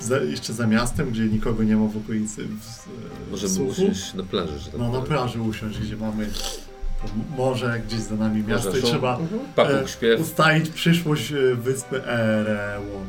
jeszcze za miastem, gdzie nikogo nie ma w okolicy. Możemy usiąść na plaży, że tak na plaży usiąść, gdzie mamy morze, gdzieś za nami miasto i trzeba ustalić przyszłość wyspy Erewon.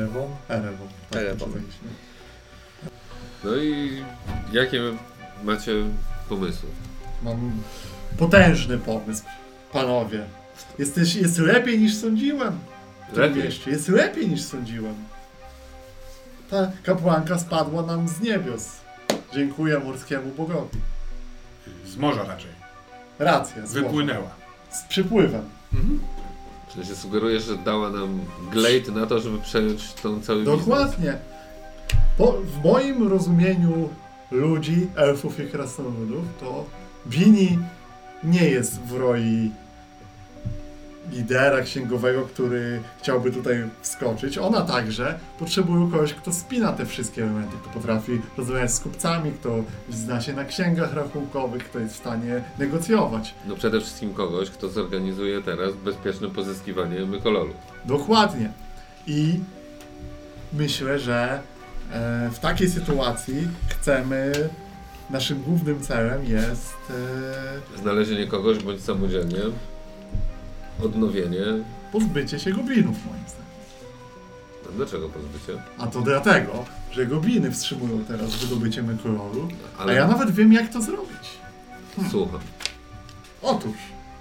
No i jakie macie pomysły? Mam potężny pomysł, panowie. Jest lepiej niż sądziłem. Jest lepiej niż sądziłem. Ta kapłanka spadła nam z niebios. Dziękuję morskiemu bogowi. Z morza raczej. Racja, z wypłynęła. Morza. Z przypływem. Czyli się sugeruje, że dała nam glejt na to, żeby przejąć tą cały biznes. Dokładnie. W moim rozumieniu ludzi, elfów i krasnoludów, to Bini nie jest w roli lidera księgowego, który chciałby tutaj wskoczyć. Ona także potrzebuje kogoś, kto spina te wszystkie elementy, kto potrafi rozmawiać z kupcami, kto zna się na księgach rachunkowych, kto jest w stanie negocjować. No przede wszystkim kogoś, kto zorganizuje teraz bezpieczne pozyskiwanie mykololu. Dokładnie. I myślę, że w takiej sytuacji naszym głównym celem jest znalezienie kogoś bądź samodzielnie odnowienie. Pozbycie się goblinów, moim zdaniem. A dlaczego pozbycie? A to dlatego, że gobliny wstrzymują teraz wydobycie mykololu, a ja nawet wiem, jak to zrobić. Słucham. Otóż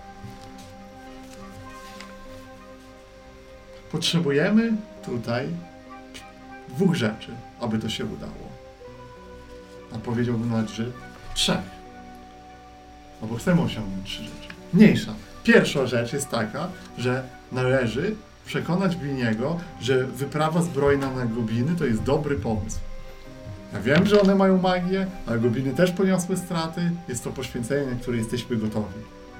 potrzebujemy tutaj dwóch rzeczy, aby to się udało. A powiedziałbym nawet, że 3. Albo chcemy osiągnąć 3 rzeczy. Mniejsza. Pierwsza rzecz jest taka, że należy przekonać Bliniego, że wyprawa zbrojna na gobliny to jest dobry pomysł. Ja wiem, że one mają magię, ale gobliny też poniosły straty. Jest to poświęcenie, na które jesteśmy gotowi.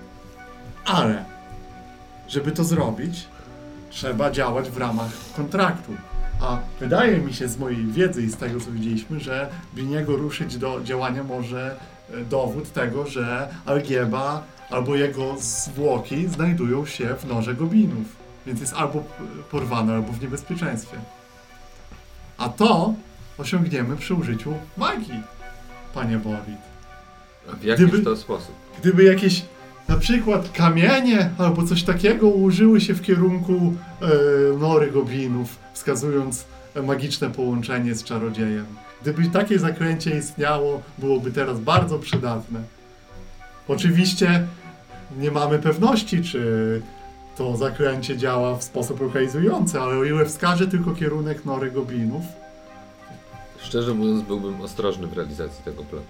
Ale, żeby to zrobić, trzeba działać w ramach kontraktu. A wydaje mi się z mojej wiedzy i z tego, co widzieliśmy, że Bliniego ruszyć do działania może dowód tego, że Algieba albo jego zwłoki znajdują się w norze goblinów. Więc jest albo porwany, albo w niebezpieczeństwie. A to osiągniemy przy użyciu magii, panie Borid. A w jakiś to sposób? Gdyby jakieś na przykład kamienie albo coś takiego ułożyły się w kierunku nory goblinów, wskazując magiczne połączenie z czarodziejem. Gdyby takie zaklęcie istniało, byłoby teraz bardzo przydatne. Oczywiście nie mamy pewności, czy to zaklęcie działa w sposób lokalizujący, ale o ile wskaże tylko kierunek nory goblinów. Szczerze mówiąc, byłbym ostrożny w realizacji tego planu.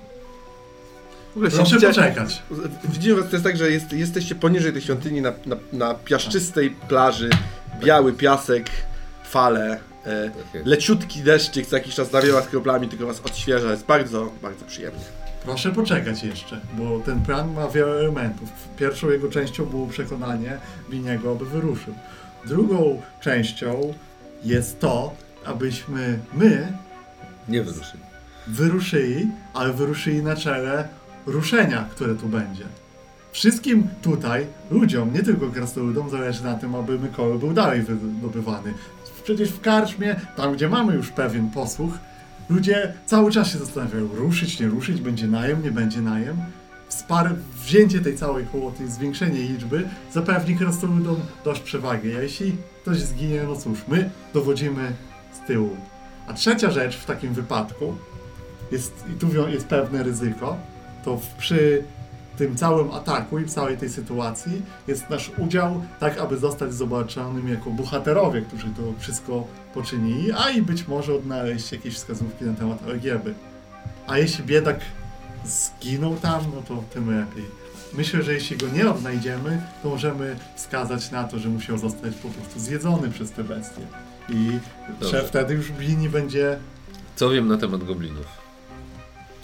Proszę poczekać. Widzimy, to jest tak, że jesteście poniżej tej świątyni na piaszczystej plaży, biały piasek, fale, leciutki deszczyk co jakiś czas zawiewa z kroplami, tylko was odświeża, jest bardzo, bardzo przyjemnie. Proszę poczekać jeszcze, bo ten plan ma wiele elementów. Pierwszą jego częścią było przekonanie Bliniego, aby wyruszył. Drugą częścią jest to, abyśmy nie wyruszyli. Wyruszyli, ale wyruszyli na czele ruszenia, które tu będzie. Wszystkim tutaj ludziom, nie tylko krasnoludom, zależy na tym, aby mykolol był dalej wydobywany. Przecież w karczmie, tam gdzie mamy już pewien posłuch, ludzie cały czas się zastanawiają, ruszyć, nie ruszyć, będzie najem, nie będzie najem. Wzięcie tej całej kłopoty, zwiększenie liczby zapewni krasnoludom dość przewagi. A jeśli ktoś zginie, no cóż, my dowodzimy z tyłu. A trzecia rzecz w takim wypadku, i tu jest pewne ryzyko, to przy tym całym ataku i w całej tej sytuacji jest nasz udział, tak aby zostać zobaczonym jako bohaterowie, którzy to wszystko poczynili, a i być może odnaleźć jakieś wskazówki na temat Algieby. A jeśli biedak zginął tam, no to tym lepiej. Myślę, że jeśli go nie odnajdziemy, to możemy wskazać na to, że musiał zostać po prostu zjedzony przez te bestie. I wtedy już Blini będzie... Co wiem na temat goblinów?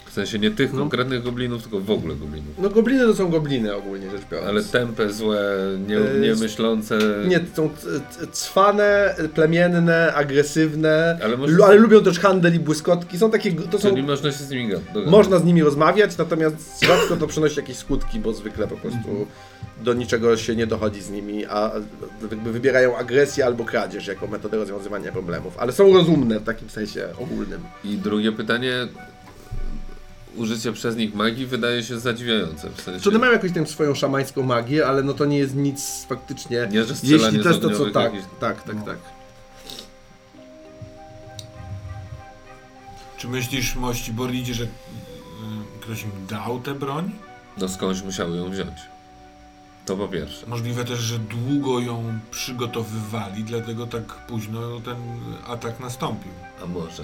W sensie nie tych konkretnych goblinów, tylko w ogóle goblinów. No gobliny to są gobliny ogólnie rzecz biorąc. Ale tępe, złe, niemyślące... Nie, to są cwane, plemienne, agresywne, Ale ale lubią też handel i błyskotki. Są takie, Czyli można się z nimi dogadać. Można z nimi rozmawiać, natomiast rzadko to przynosi jakieś skutki, bo zwykle po prostu do niczego się nie dochodzi z nimi, a jakby wybierają agresję albo kradzież jako metodę rozwiązywania problemów. Ale są rozumne w takim sensie ogólnym. I drugie pytanie... Użycie przez nich magii wydaje się zadziwiające. W sensie... Czy one mają jakąś tam swoją szamańską magię, ale no to nie jest nic faktycznie. Nie, że strzelanie jeśli to jest to, co ogniowych tak, jakichś... tak. Czy myślisz, mości Boridzie, że ktoś im dał tę broń? No skądś musiały ją wziąć. To po pierwsze. Możliwe też, że długo ją przygotowywali, dlatego tak późno ten atak nastąpił. A może...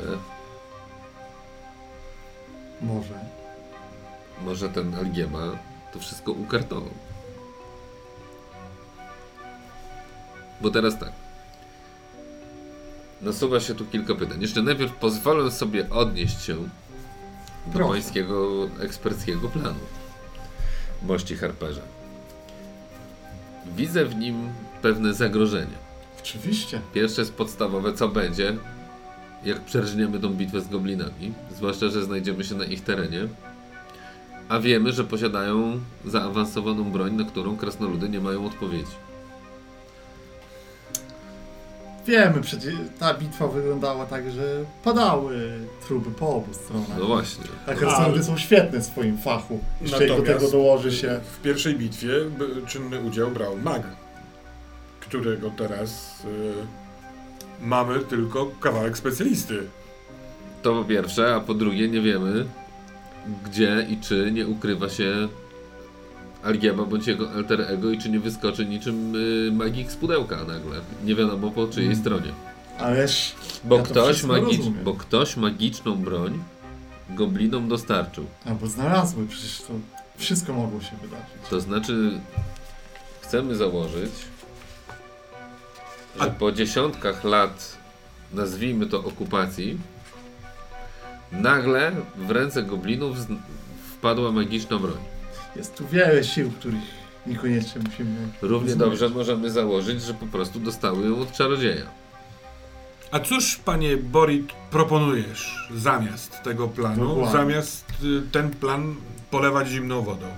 Może ten Algieba to wszystko ukartował. Bo teraz tak. Nasuwa się tu kilka pytań. Jeszcze najpierw pozwolę sobie odnieść się do pańskiego eksperckiego planu. Mości Harperze. Widzę w nim pewne zagrożenie. Oczywiście. Pierwsze jest podstawowe, co będzie, jak przerżniemy tą bitwę z goblinami, zwłaszcza, że znajdziemy się na ich terenie, a wiemy, że posiadają zaawansowaną broń, na którą krasnoludy nie mają odpowiedzi. Wiemy, przecież ta bitwa wyglądała tak, że padały trupy po obu stronach. No właśnie. A krasnoludy są świetne w swoim fachu. Jeszcze do tego dołoży się... W pierwszej bitwie czynny udział brał mag, którego teraz mamy tylko kawałek specjalisty. To po pierwsze, a po drugie nie wiemy, gdzie i czy nie ukrywa się Algieba bądź jego alter ego i czy nie wyskoczy niczym magik z pudełka nagle. Nie wiadomo po czyjej stronie. Ależ Bo, ja bo ktoś magiczną broń goblinom dostarczył. Albo znalazły, przecież to wszystko mogło się wydarzyć. To znaczy, chcemy założyć, że po dziesiątkach lat, nazwijmy to okupacji, nagle w ręce goblinów wpadła magiczna broń. Jest tu wiele sił, których niekoniecznie musimy... Równie dobrze możemy założyć, że po prostu dostały ją od czarodzieja. A cóż, panie Borid, proponujesz zamiast tego planu, Dokładnie. zamiast ten plan polewać zimną wodą?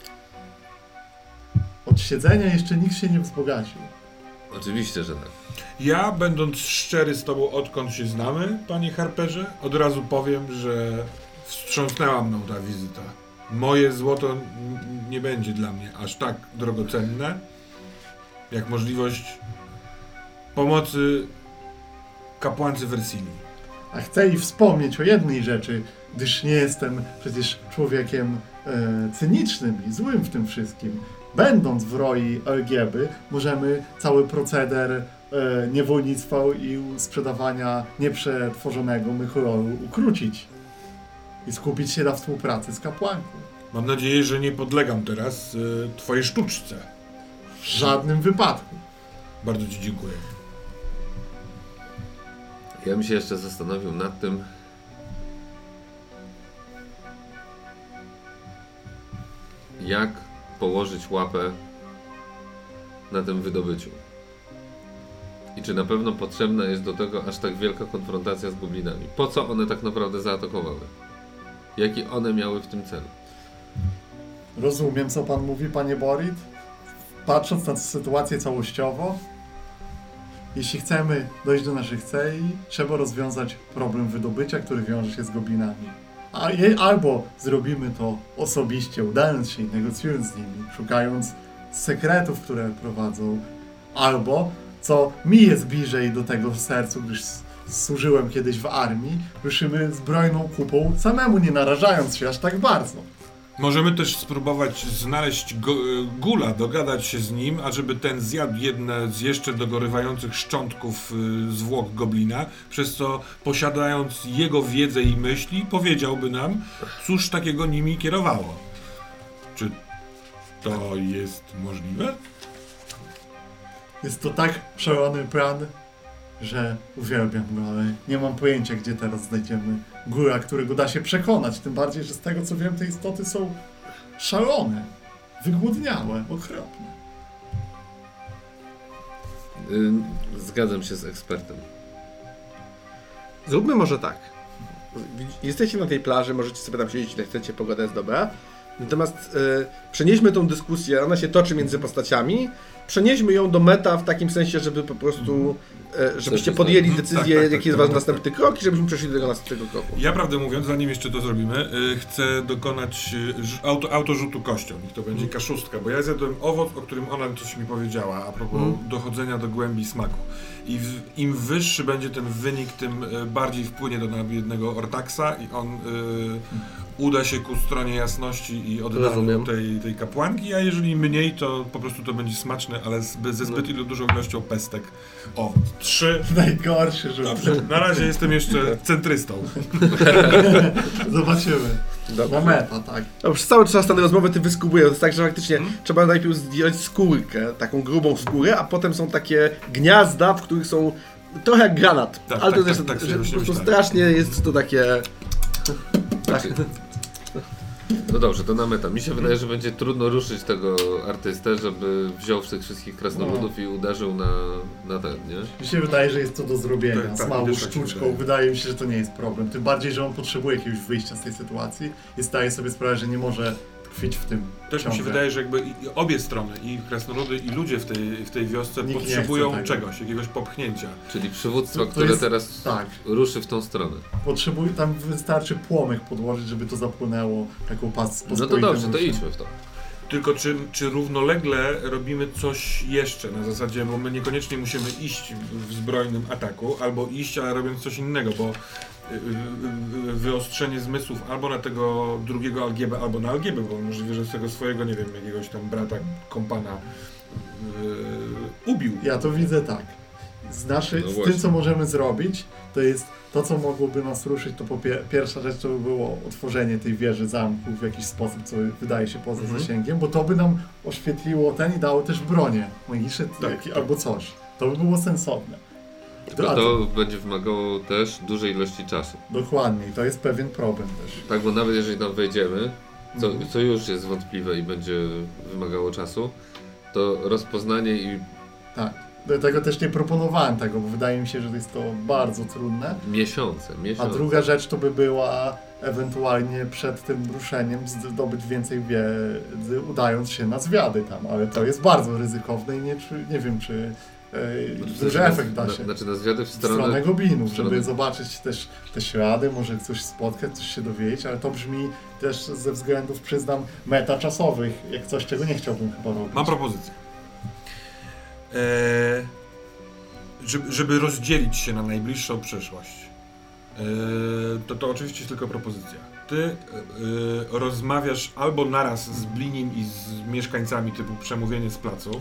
Od siedzenia jeszcze nikt się nie wzbogacił. Oczywiście, że tak. Ja, będąc szczery z tobą, odkąd się znamy, panie Harperze, od razu powiem, że wstrząsnęła mną ta wizyta. Moje złoto nie będzie dla mnie aż tak drogocenne, jak możliwość pomocy kapłance Versilii. A chcę i wspomnieć o jednej rzeczy, gdyż nie jestem przecież człowiekiem cynicznym i złym w tym wszystkim. Będąc w roli Algieby, możemy cały proceder niewolnictwa i sprzedawania nieprzetworzonego mycholoru ukrócić i skupić się na współpracy z kapłanką. Mam nadzieję, że nie podlegam teraz twojej sztuczce. W żadnym wypadku. Bardzo ci dziękuję. Ja bym się jeszcze zastanowił nad tym, jak położyć łapę na tym wydobyciu. I czy na pewno potrzebna jest do tego aż tak wielka konfrontacja z goblinami? Po co one tak naprawdę zaatakowały? Jaki one miały w tym cel? Rozumiem, co pan mówi, panie Borid. Patrząc na sytuację całościowo, jeśli chcemy dojść do naszych celi, trzeba rozwiązać problem wydobycia, który wiąże się z goblinami. Albo zrobimy to osobiście, udając się i negocjując z nimi, szukając sekretów, które prowadzą, albo, co mi jest bliżej do tego w sercu, gdyż służyłem kiedyś w armii, ruszymy zbrojną kupą, samemu nie narażając się aż tak bardzo. Możemy też spróbować znaleźć Gula, dogadać się z nim, ażeby ten zjadł jedne z jeszcze dogorywających szczątków zwłok goblina, przez co posiadając jego wiedzę i myśli, powiedziałby nam, cóż takiego nimi kierowało. Czy to jest możliwe? Jest to tak szalony plan, że uwielbiam go, ale nie mam pojęcia, gdzie teraz znajdziemy góra, którego da się przekonać. Tym bardziej, że z tego co wiem, te istoty są szalone, wygłodniałe, okropne. Zgadzam się z ekspertem. Zróbmy może tak. Jesteście na tej plaży, możecie sobie tam siedzieć ile chcecie, pogoda jest dobra. Natomiast przenieśmy tą dyskusję, ona się toczy między postaciami, przenieśmy ją do meta w takim sensie, żeby po prostu, żebyście podjęli decyzję, jaki jest wasz następny krok i żebyśmy przeszli do tego następnego kroku. Ja prawdę mówiąc, zanim jeszcze to zrobimy, chcę dokonać autorzutu kością. Niech to będzie kaszustka, bo ja zjadłem owoc, o którym ona coś mi powiedziała, a propos dochodzenia do głębi smaku. I im wyższy będzie ten wynik, tym bardziej wpłynie do jednego Ortaxa i on uda się ku stronie jasności i oddaniu tej kapłanki, a jeżeli mniej, to po prostu to będzie smaczne, ale ze zbyt dużą ilością pestek. O, 3. Najgorszy rzut. Dobrze, na razie jestem jeszcze centrystą. Zobaczymy. Na meta, tak. No, przez cały czas tej rozmowy ty wyskubujesz. To jest tak, że faktycznie trzeba najpierw zdjąć skórkę, taką grubą skórę, a potem są takie gniazda, w których są trochę jak granat. Tak, ale to tak, jest tak, że po prostu strasznie jest to takie... Tak. No dobrze, to na meta. Mi się wydaje, że będzie trudno ruszyć tego artystę, żeby wziął tych wszystkich krasnoludów i uderzył na ten, nie? Mi się wydaje, że jest to do zrobienia Tak, z małą tak się sztuczką. wydaje. Wydaje mi się, że to nie jest problem. Tym bardziej, że on potrzebuje jakiegoś wyjścia z tej sytuacji i zdaje sobie sprawę, że nie może tkwić w tym Też mi się wydaje, że jakby obie strony, i krasnoludy, i ludzie w tej wiosce Nikt nie potrzebują chce tego. czegoś, jakiegoś popchnięcia. Czyli przywództwa, To które jest- teraz tak. ruszy w tą stronę. Tam wystarczy płomyk podłożyć, żeby to zapłynęło taką No to dobrze, to idźmy w to. Tylko czy równolegle robimy coś jeszcze na zasadzie, bo my niekoniecznie musimy iść w zbrojnym ataku, albo iść, ale robiąc coś innego, bo wyostrzenie zmysłów albo na tego drugiego Algiebę, albo na Algiebę, bo możliwe, że z tego swojego, nie wiem, jakiegoś tam brata, kompana ubił. Ja to widzę tak. Z właśnie. tym, co możemy zrobić, to jest to, co mogłoby nas ruszyć, to pierwsza rzecz to by było otworzenie tej wieży zamku w jakiś sposób, co wydaje się poza zasięgiem, bo to by nam oświetliło i dało też bronię magiczne albo coś. To by było sensowne. Tylko to będzie wymagało też dużej ilości czasu. Dokładnie, i to jest pewien problem też. Tak, bo nawet jeżeli tam wejdziemy, co już jest wątpliwe i będzie wymagało czasu, to rozpoznanie i Tak. Dlatego też nie proponowałem tego, bo wydaje mi się, że jest to bardzo trudne. miesiące. A druga rzecz to by była ewentualnie przed tym ruszeniem zdobyć więcej wiedzy, udając się na zwiady tam, ale to jest bardzo ryzykowne i nie wiem, czy duży efekt da się. Znaczy na zwiady w W stronę stronę goblinów, stronę- żeby zobaczyć też te ślady, może coś spotkać, coś się dowiedzieć, ale to brzmi też ze względów, przyznam, metaczasowych, jak coś, czego nie chciałbym chyba robić. Mam propozycję. Żeby rozdzielić się na najbliższą przyszłość. To oczywiście jest tylko propozycja. Ty rozmawiasz albo naraz z Blinim i z mieszkańcami typu przemówienie z placu.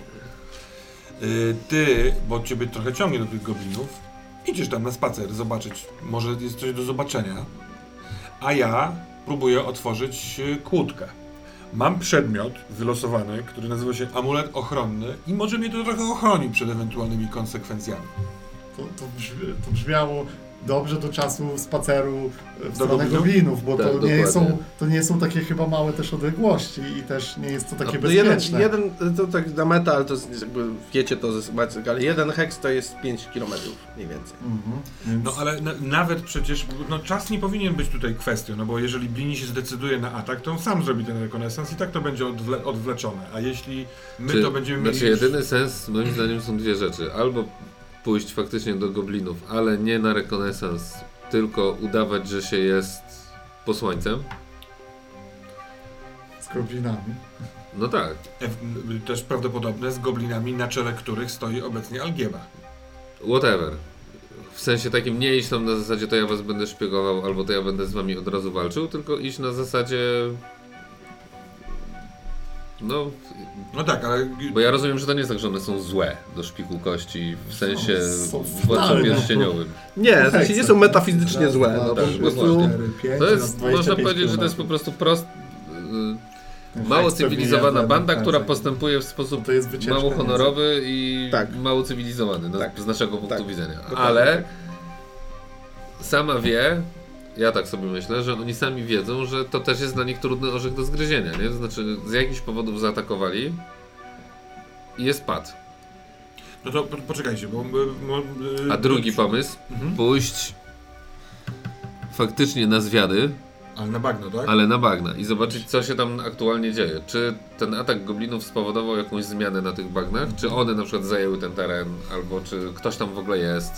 Ty, bo ciebie trochę ciągnie do tych goblinów, idziesz tam na spacer, zobaczyć, może jest coś do zobaczenia. A ja próbuję otworzyć kłódkę. Mam przedmiot wylosowany, który nazywa się amulet ochronny i może mnie to trochę ochroni przed ewentualnymi konsekwencjami. To brzmiało dobrze do czasu spaceru w stronę goblinów? goblinów, bo Tak, to nie są takie chyba małe też odległości i też nie jest to takie No bezpieczne. jeden, to tak na meta, ale to jest, jakby wiecie to ze Macyk, ale jeden heks to jest 5 km mniej więcej. Więc No ale nawet przecież, czas nie powinien być tutaj kwestią, no bo jeżeli Blini się zdecyduje na atak, to on sam zrobi ten rekonesans i tak to będzie odwleczone, a jeśli my to będziemy mieli... Znaczy jedyny sens moim zdaniem są dwie rzeczy. Albo pójść faktycznie do goblinów, ale nie na rekonesans, tylko udawać, że się jest posłańcem. z goblinami. No tak. Też prawdopodobne z goblinami, na czele których stoi obecnie Algieba. Whatever. W sensie takim nie iść tam na zasadzie to ja was będę szpiegował, albo to ja będę z wami od razu walczył, tylko iść na zasadzie... No tak, ale... Bo ja rozumiem, że to nie jest tak, że one są złe do szpiku kości, w sensie Są władcą fatalne. pierścieniowym. Nie, w sensie nie są metafizycznie złe, no tak, po prostu... To jest, można powiedzieć, że to jest po prostu Mało Heks pewnie cywilizowana jeden, banda, która tak. postępuje w sposób To jest wycieczka, mało nie? honorowy i Tak. mało cywilizowany Tak. z naszego punktu Tak. widzenia. Dokładnie Ale tak. sama wie, ja tak sobie myślę, że oni sami wiedzą, że to też jest dla nich trudny orzech do zgryzienia, nie? To znaczy z jakichś powodów zaatakowali i jest pad. No to poczekajcie, bo... A drugi pomysł, Mhm. pójść faktycznie na zwiady, Ale na bagno, tak? ale na bagna i zobaczyć, co się tam aktualnie dzieje. Czy ten atak goblinów spowodował jakąś zmianę na tych bagnach? Czy one na przykład zajęły ten teren? Albo czy ktoś tam w ogóle jest?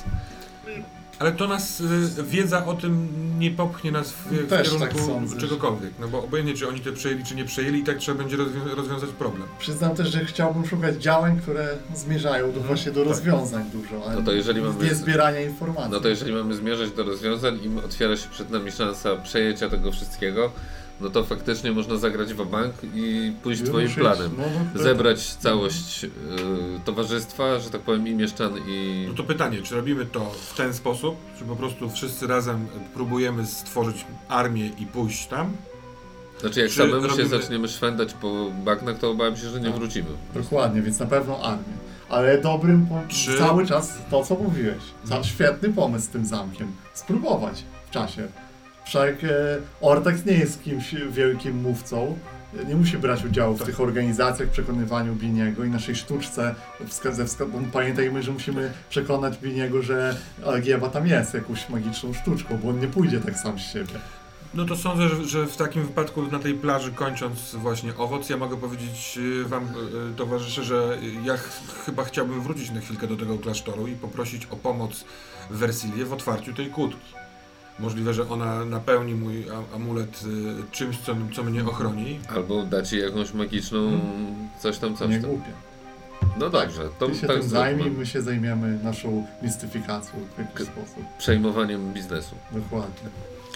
Ale to nas, wiedza o tym nie popchnie nas w Też kierunku tak sądzę. czegokolwiek. No bo obojętnie, czy oni to przejęli, czy nie przejęli, i tak trzeba będzie rozwiązać problem. Przyznam też, że chciałbym szukać działań, które zmierzają właśnie do rozwiązań dużo, ale No to jeżeli mamy- nie zbierania informacji. No to jeżeli mamy zmierzać do rozwiązań i otwiera się przed nami szansa przejęcia tego wszystkiego, no to faktycznie można zagrać w bank i pójść twoim Ruszyć. planem. No, Zebrać całość towarzystwa, że tak powiem, i mieszczan i... No to pytanie, czy robimy to w ten sposób, czy po prostu wszyscy razem próbujemy stworzyć armię i pójść tam? Znaczy jak czy samemu się robimy- zaczniemy szwendać po bagnach, to obawiam się, że nie wrócimy. Dokładnie, więc na pewno armię. Ale dobrym Czy- cały czas to, co mówiłeś. Świetny pomysł z tym zamkiem. Spróbować w czasie. Wszak Ortax nie jest kimś wielkim mówcą. Nie musi brać udziału w tych organizacjach, przekonywaniu Biniego i naszej sztuczce. Bo pamiętajmy, że musimy przekonać Biniego, że Algieba tam jest jakąś magiczną sztuczką, bo on nie pójdzie tak sam z siebie. No to sądzę, że w takim wypadku na tej plaży, kończąc właśnie owoc, ja mogę powiedzieć wam, towarzysze, że ja chyba chciałbym wrócić na chwilkę do tego klasztoru i poprosić o pomoc Wersilię w otwarciu tej kłódki. Możliwe, że ona napełni mój amulet czymś, co mnie ochroni. Albo dać jej jakąś magiczną coś tam. Nie głupie. No dobrze, to Ty się tak tym zajmij, zróbmy. my się zajmiemy naszą mistyfikacją w jakiś sposób. Przejmowaniem biznesu. Dokładnie.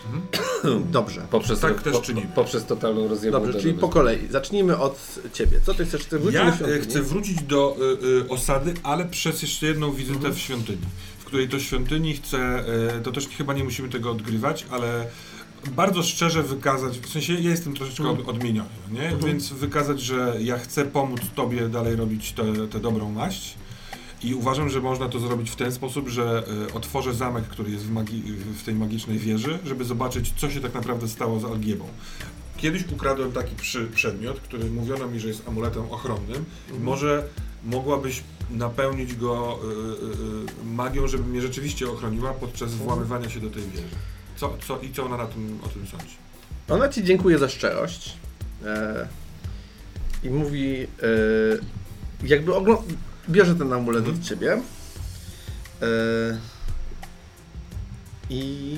Dobrze. Poprzez, Tak też czynimy. poprzez totalną rozjebę. Dobrze, czyli po kolei. Zacznijmy od ciebie. Co ty chcesz? Ty wrócić Ja do świątyni? chcę wrócić do osady, ale przez jeszcze jedną wizytę w świątyni. W której to świątyni chcę, to też chyba nie musimy tego odgrywać, ale bardzo szczerze wykazać, w sensie ja jestem troszeczkę odmieniony, nie? Więc wykazać, że ja chcę pomóc tobie dalej robić tę dobrą maść. I uważam, że można to zrobić w ten sposób, że otworzę zamek, który jest w tej magicznej wieży, żeby zobaczyć, co się tak naprawdę stało z Algiebą. Kiedyś ukradłem taki przedmiot, który mówiono mi, że jest amuletem ochronnym. Może mogłabyś napełnić go magią, żeby mnie rzeczywiście ochroniła podczas włamywania się do tej wieży. Co ona o tym sądzi? Ona ci dziękuję za szczerość i mówi, jakby bierze ten amulet od ciebie i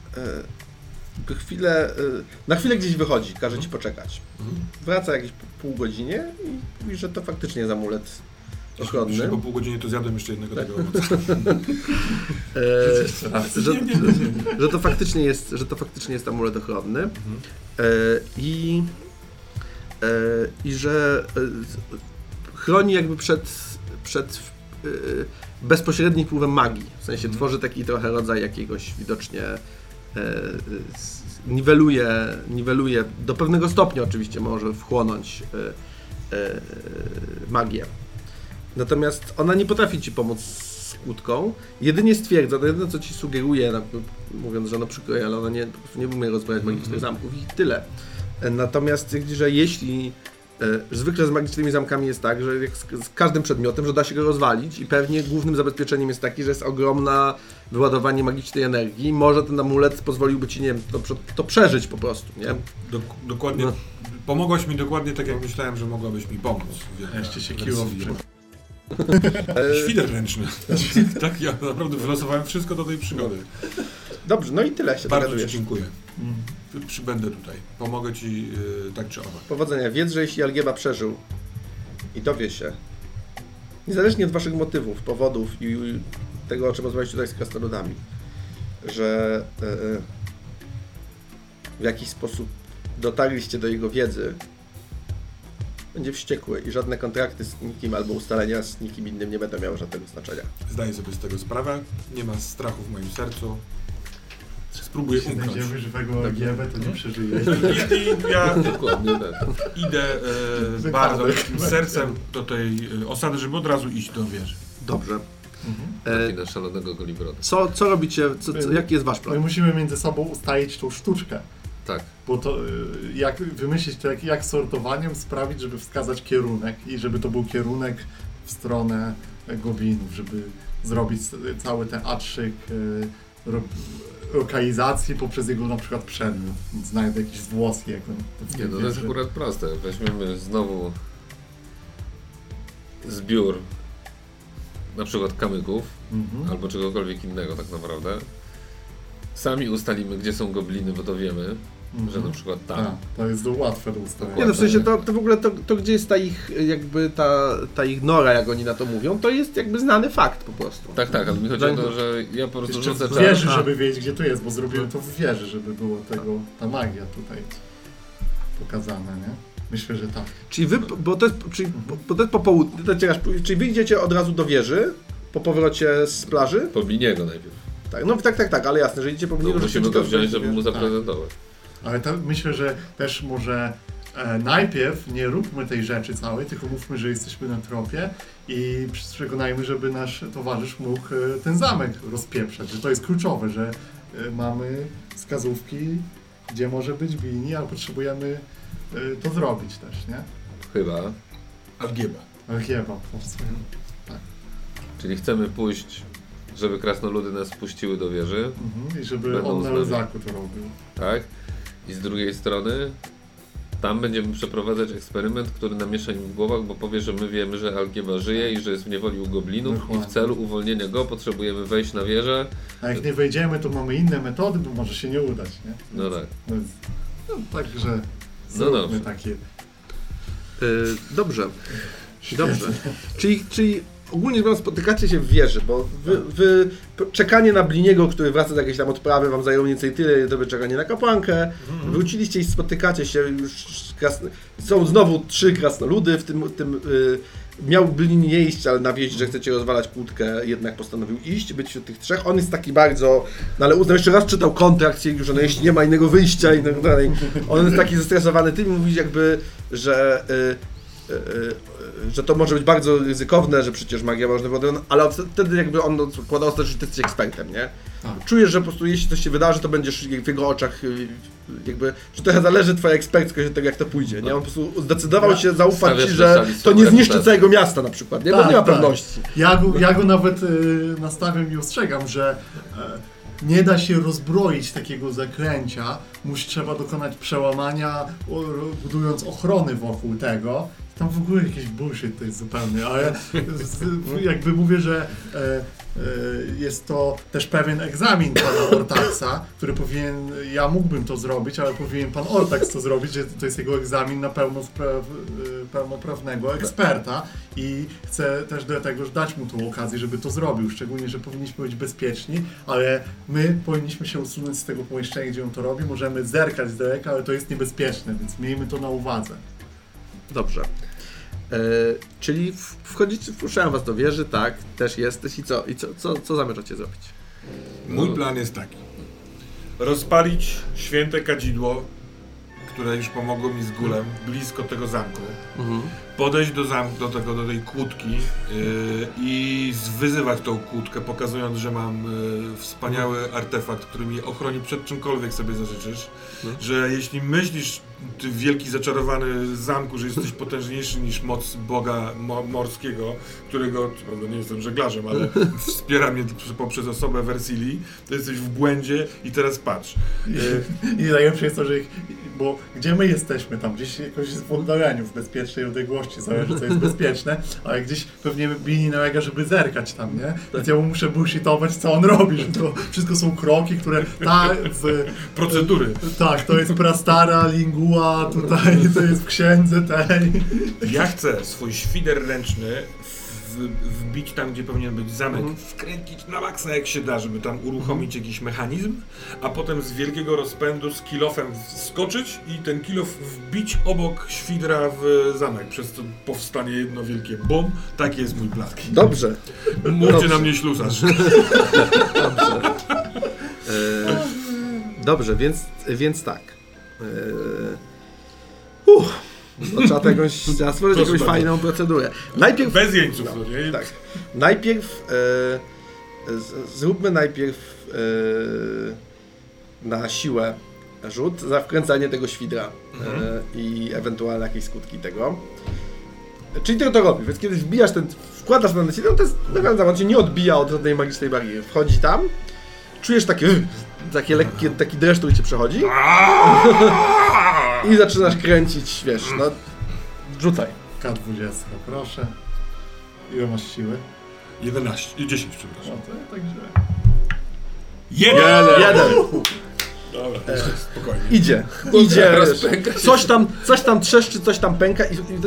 na chwilę gdzieś wychodzi, każe ci poczekać. Wraca jakieś pół godzinie i mówi, że to faktycznie jest amulet ochronny. Po pół godziny to zjadłem jeszcze jednego tego owoca. Że to faktycznie jest amulet ochronny i że chroni jakby przed bezpośrednim wpływem magii. W sensie tworzy taki trochę rodzaj jakiegoś widocznie niweluje do pewnego stopnia oczywiście może wchłonąć magię. Natomiast ona nie potrafi ci pomóc z kłódką, jedynie stwierdza, to jedyne co ci sugeruje, mówiąc, że przykroje, ale ona nie umie rozbrajać magicznych zamków i tyle. Natomiast twierdzi, że jeśli zwykle z magicznymi zamkami jest tak, że jak z każdym przedmiotem, że da się go rozwalić i pewnie głównym zabezpieczeniem jest taki, że jest ogromne wyładowanie magicznej energii i może ten amulet pozwoliłby ci, nie wiem, to przeżyć po prostu, nie? Dokładnie. No. Pomogłaś mi dokładnie tak, jak myślałem, że mogłabyś mi pomóc. Jeszcze się kiło. Świder ręczny. Tak, ja naprawdę wylosowałem wszystko do tej przygody. Dobrze, no i tyle się Bardzo dogadujesz. ci dziękuję. Przybędę tutaj. Pomogę ci tak czy owak. Powodzenia. Wiedz, że jeśli Algieba przeżył i dowie się, niezależnie od waszych motywów, powodów i tego, o czym rozmawialiście tutaj z krasnoludami, że w jakiś sposób dotarliście do jego wiedzy, będzie wściekły i żadne kontrakty z nikim albo ustalenia z nikim innym nie będą miały żadnego znaczenia. Zdaję sobie z tego sprawę. Nie ma strachu w moim sercu. spróbuję Jeśli umknąć. znajdziemy żywego Algiebę, to nie przeżyje. I ja Dokładnie tak. idę bardzo takim sercem do tej osady, żeby od razu iść do wieży. Dobrze. Taki na szalonego Golibroda. Co robicie? Jaki jest wasz My plan? musimy między sobą ustalić tą sztuczkę. Tak. Bo to jak wymyślić to, jak sortowaniem sprawić, żeby wskazać kierunek i żeby to był kierunek w stronę goblinów, żeby zrobić cały ten atrzyk lokalizacji poprzez jego na przykład przedmiot. Znajdę jakiś włos jego. Nie, no to jest akurat proste. Weźmiemy znowu zbiór na przykład kamyków albo czegokolwiek innego tak naprawdę. Sami ustalimy, gdzie są gobliny, bo to wiemy, że na przykład tam. To jest łatwe do ustalenia. Nie no, w sensie to w ogóle to gdzie jest ta ich jakby ta ich nora, jak oni na to mówią, to jest jakby znany fakt po prostu. Tak, ale mi chodzi o to, że ja po prostu Jeszcze rzucę w wieży, żeby wiedzieć, gdzie to jest, bo zrobiłem to w wieży, żeby było ta magia tutaj pokazana, nie? Myślę, że tak. Czyli wy, bo to jest po południu, czyli wy idziecie od razu do wieży po powrocie z plaży? Po Biniego najpierw. Tak, no tak, ale jasne, że idziecie po No, musimy go wziąć, żeby mu zaprezentować. Ale myślę, że też może najpierw nie róbmy tej rzeczy całej, tylko mówmy, że jesteśmy na tropie i przekonajmy, żeby nasz towarzysz mógł ten zamek rozpieprzać, że to jest kluczowe, że mamy wskazówki, gdzie może być Bini, ale potrzebujemy to zrobić też, nie? Chyba. Algieba. Archiewa po prostu. Tak. Czyli chcemy pójść, żeby krasnoludy nas puściły do wieży, I żeby Będą on na znani. lezaku to robił. tak? I z drugiej strony tam będziemy przeprowadzać eksperyment, który namiesza im w głowach, bo powie, że my wiemy, że Algieba żyje i że jest w niewoli u goblinów Dokładnie. i w celu uwolnienia go potrzebujemy wejść na wieżę. A jak nie wejdziemy, to mamy inne metody, bo może się nie udać, nie? No tak. Także No zróbmy dobrze. takie... Dobrze. Czyli ogólnie rzecz biorąc spotykacie się w wieży, bo wy czekanie na Bliniego, który wraca z jakiejś tam odprawy, wam zajęło mniej więcej tyle, ile to by czekanie na kapłankę. Wróciliście i spotykacie się już są znowu 3 krasnoludy, w tym miał Blin nie iść, ale na wieść, że chcecie rozwalać kłódkę, jednak postanowił iść, być wśród tych 3. On jest taki bardzo, no ale uznał, jeszcze raz czytał kontrakt, stwierdził, że no jeśli nie ma innego wyjścia i tak dalej. On jest taki zestresowany tym, mówi jakby, że to może być bardzo ryzykowne, że przecież magia można było, ale wtedy jakby on odkładał też, że ty jesteś ekspertem, nie? Czujesz, że po prostu jeśli coś się wydarzy, to będziesz w jego oczach jakby, że trochę zależy twoja eksperckość od tego, jak to pójdzie, nie? On po prostu zdecydował się zaufać ci, że to nie zniszczy całego miasta na przykład, nie? Bo nie ma pewności. Ja go nawet nastawiam i ostrzegam, że nie da się rozbroić takiego zaklęcia, trzeba dokonać przełamania, budując ochrony wokół tego. Tam w ogóle jakiś bullshit to jest zupełnie, ale jakby mówię, że jest to też pewien egzamin pana Ortaxa, który powinien, ja mógłbym to zrobić, ale powinien pan Ortax to zrobić, że to jest jego egzamin na pełnoprawnego eksperta i chcę też do tego dać mu tą okazję, żeby to zrobił, szczególnie, że powinniśmy być bezpieczni, ale my powinniśmy się usunąć z tego pomieszczenia, gdzie on to robi, możemy zerkać z daleka, ale to jest niebezpieczne, więc miejmy to na uwadze. Dobrze. Czyli wpuszczałem was do wieży, tak, też jesteś i co zamierzacie zrobić? Mój plan jest taki. Rozpalić święte kadzidło, które już pomogło mi z Gulem, blisko tego zamku. Podejść do zamku, do tej kłódki i wyzywać tą kłódkę, pokazując, że mam wspaniały artefakt, który mi ochroni przed czymkolwiek sobie zażyczysz. Że jeśli myślisz, ty wielki zaczarowany zamku, że jesteś potężniejszy niż moc Boga morskiego, którego, co prawda nie jestem żeglarzem, ale wspiera mnie poprzez osobę Versili, to jesteś w błędzie i teraz patrz. I najlepsze jest to, że bo gdzie my jesteśmy tam, gdzieś jakoś w oddaleniu, w bezpiecznej odległości, zależy co jest bezpieczne, ale gdzieś pewnie Bini nalega, żeby zerkać tam, nie? Więc ja mu muszę bullshitować, co on robi, że to wszystko są kroki, które procedury. Tak, to jest prastara lingua, tutaj to jest w księdze tej. Ja chcę swój świder ręczny wbić tam, gdzie powinien być zamek, wkręcić na maksa jak się da, żeby tam uruchomić jakiś mechanizm, a potem z wielkiego rozpędu z kilofem wskoczyć i ten kilof wbić obok świdra w zamek, przez co powstanie jedno wielkie bum. Taki jest mój plan. Dobrze. Mówcie na mnie ślusarz. Dobrze. Dobrze, więc tak. Trzeba stworzyć jakąś fajną procedurę. Najpierw... Bez jeńców, no nie? Tak. Najpierw... zróbmy najpierw na siłę rzut za wkręcanie tego świdra i ewentualne jakieś skutki tego. Czyli ty to robisz, więc kiedy wkładasz ten świdra, to jest naprawdę, on cię nie odbija od żadnej magicznej bariery. Wchodzi tam, czujesz takie lekkie, taki dreszcz, który cię przechodzi i zaczynasz kręcić, wiesz, no rzucaj. K20, proszę. Ile masz siły? 10, przepraszam. No to także... Jeden. Dobra, spokojnie. Idzie, coś tam trzeszczy, coś tam pęka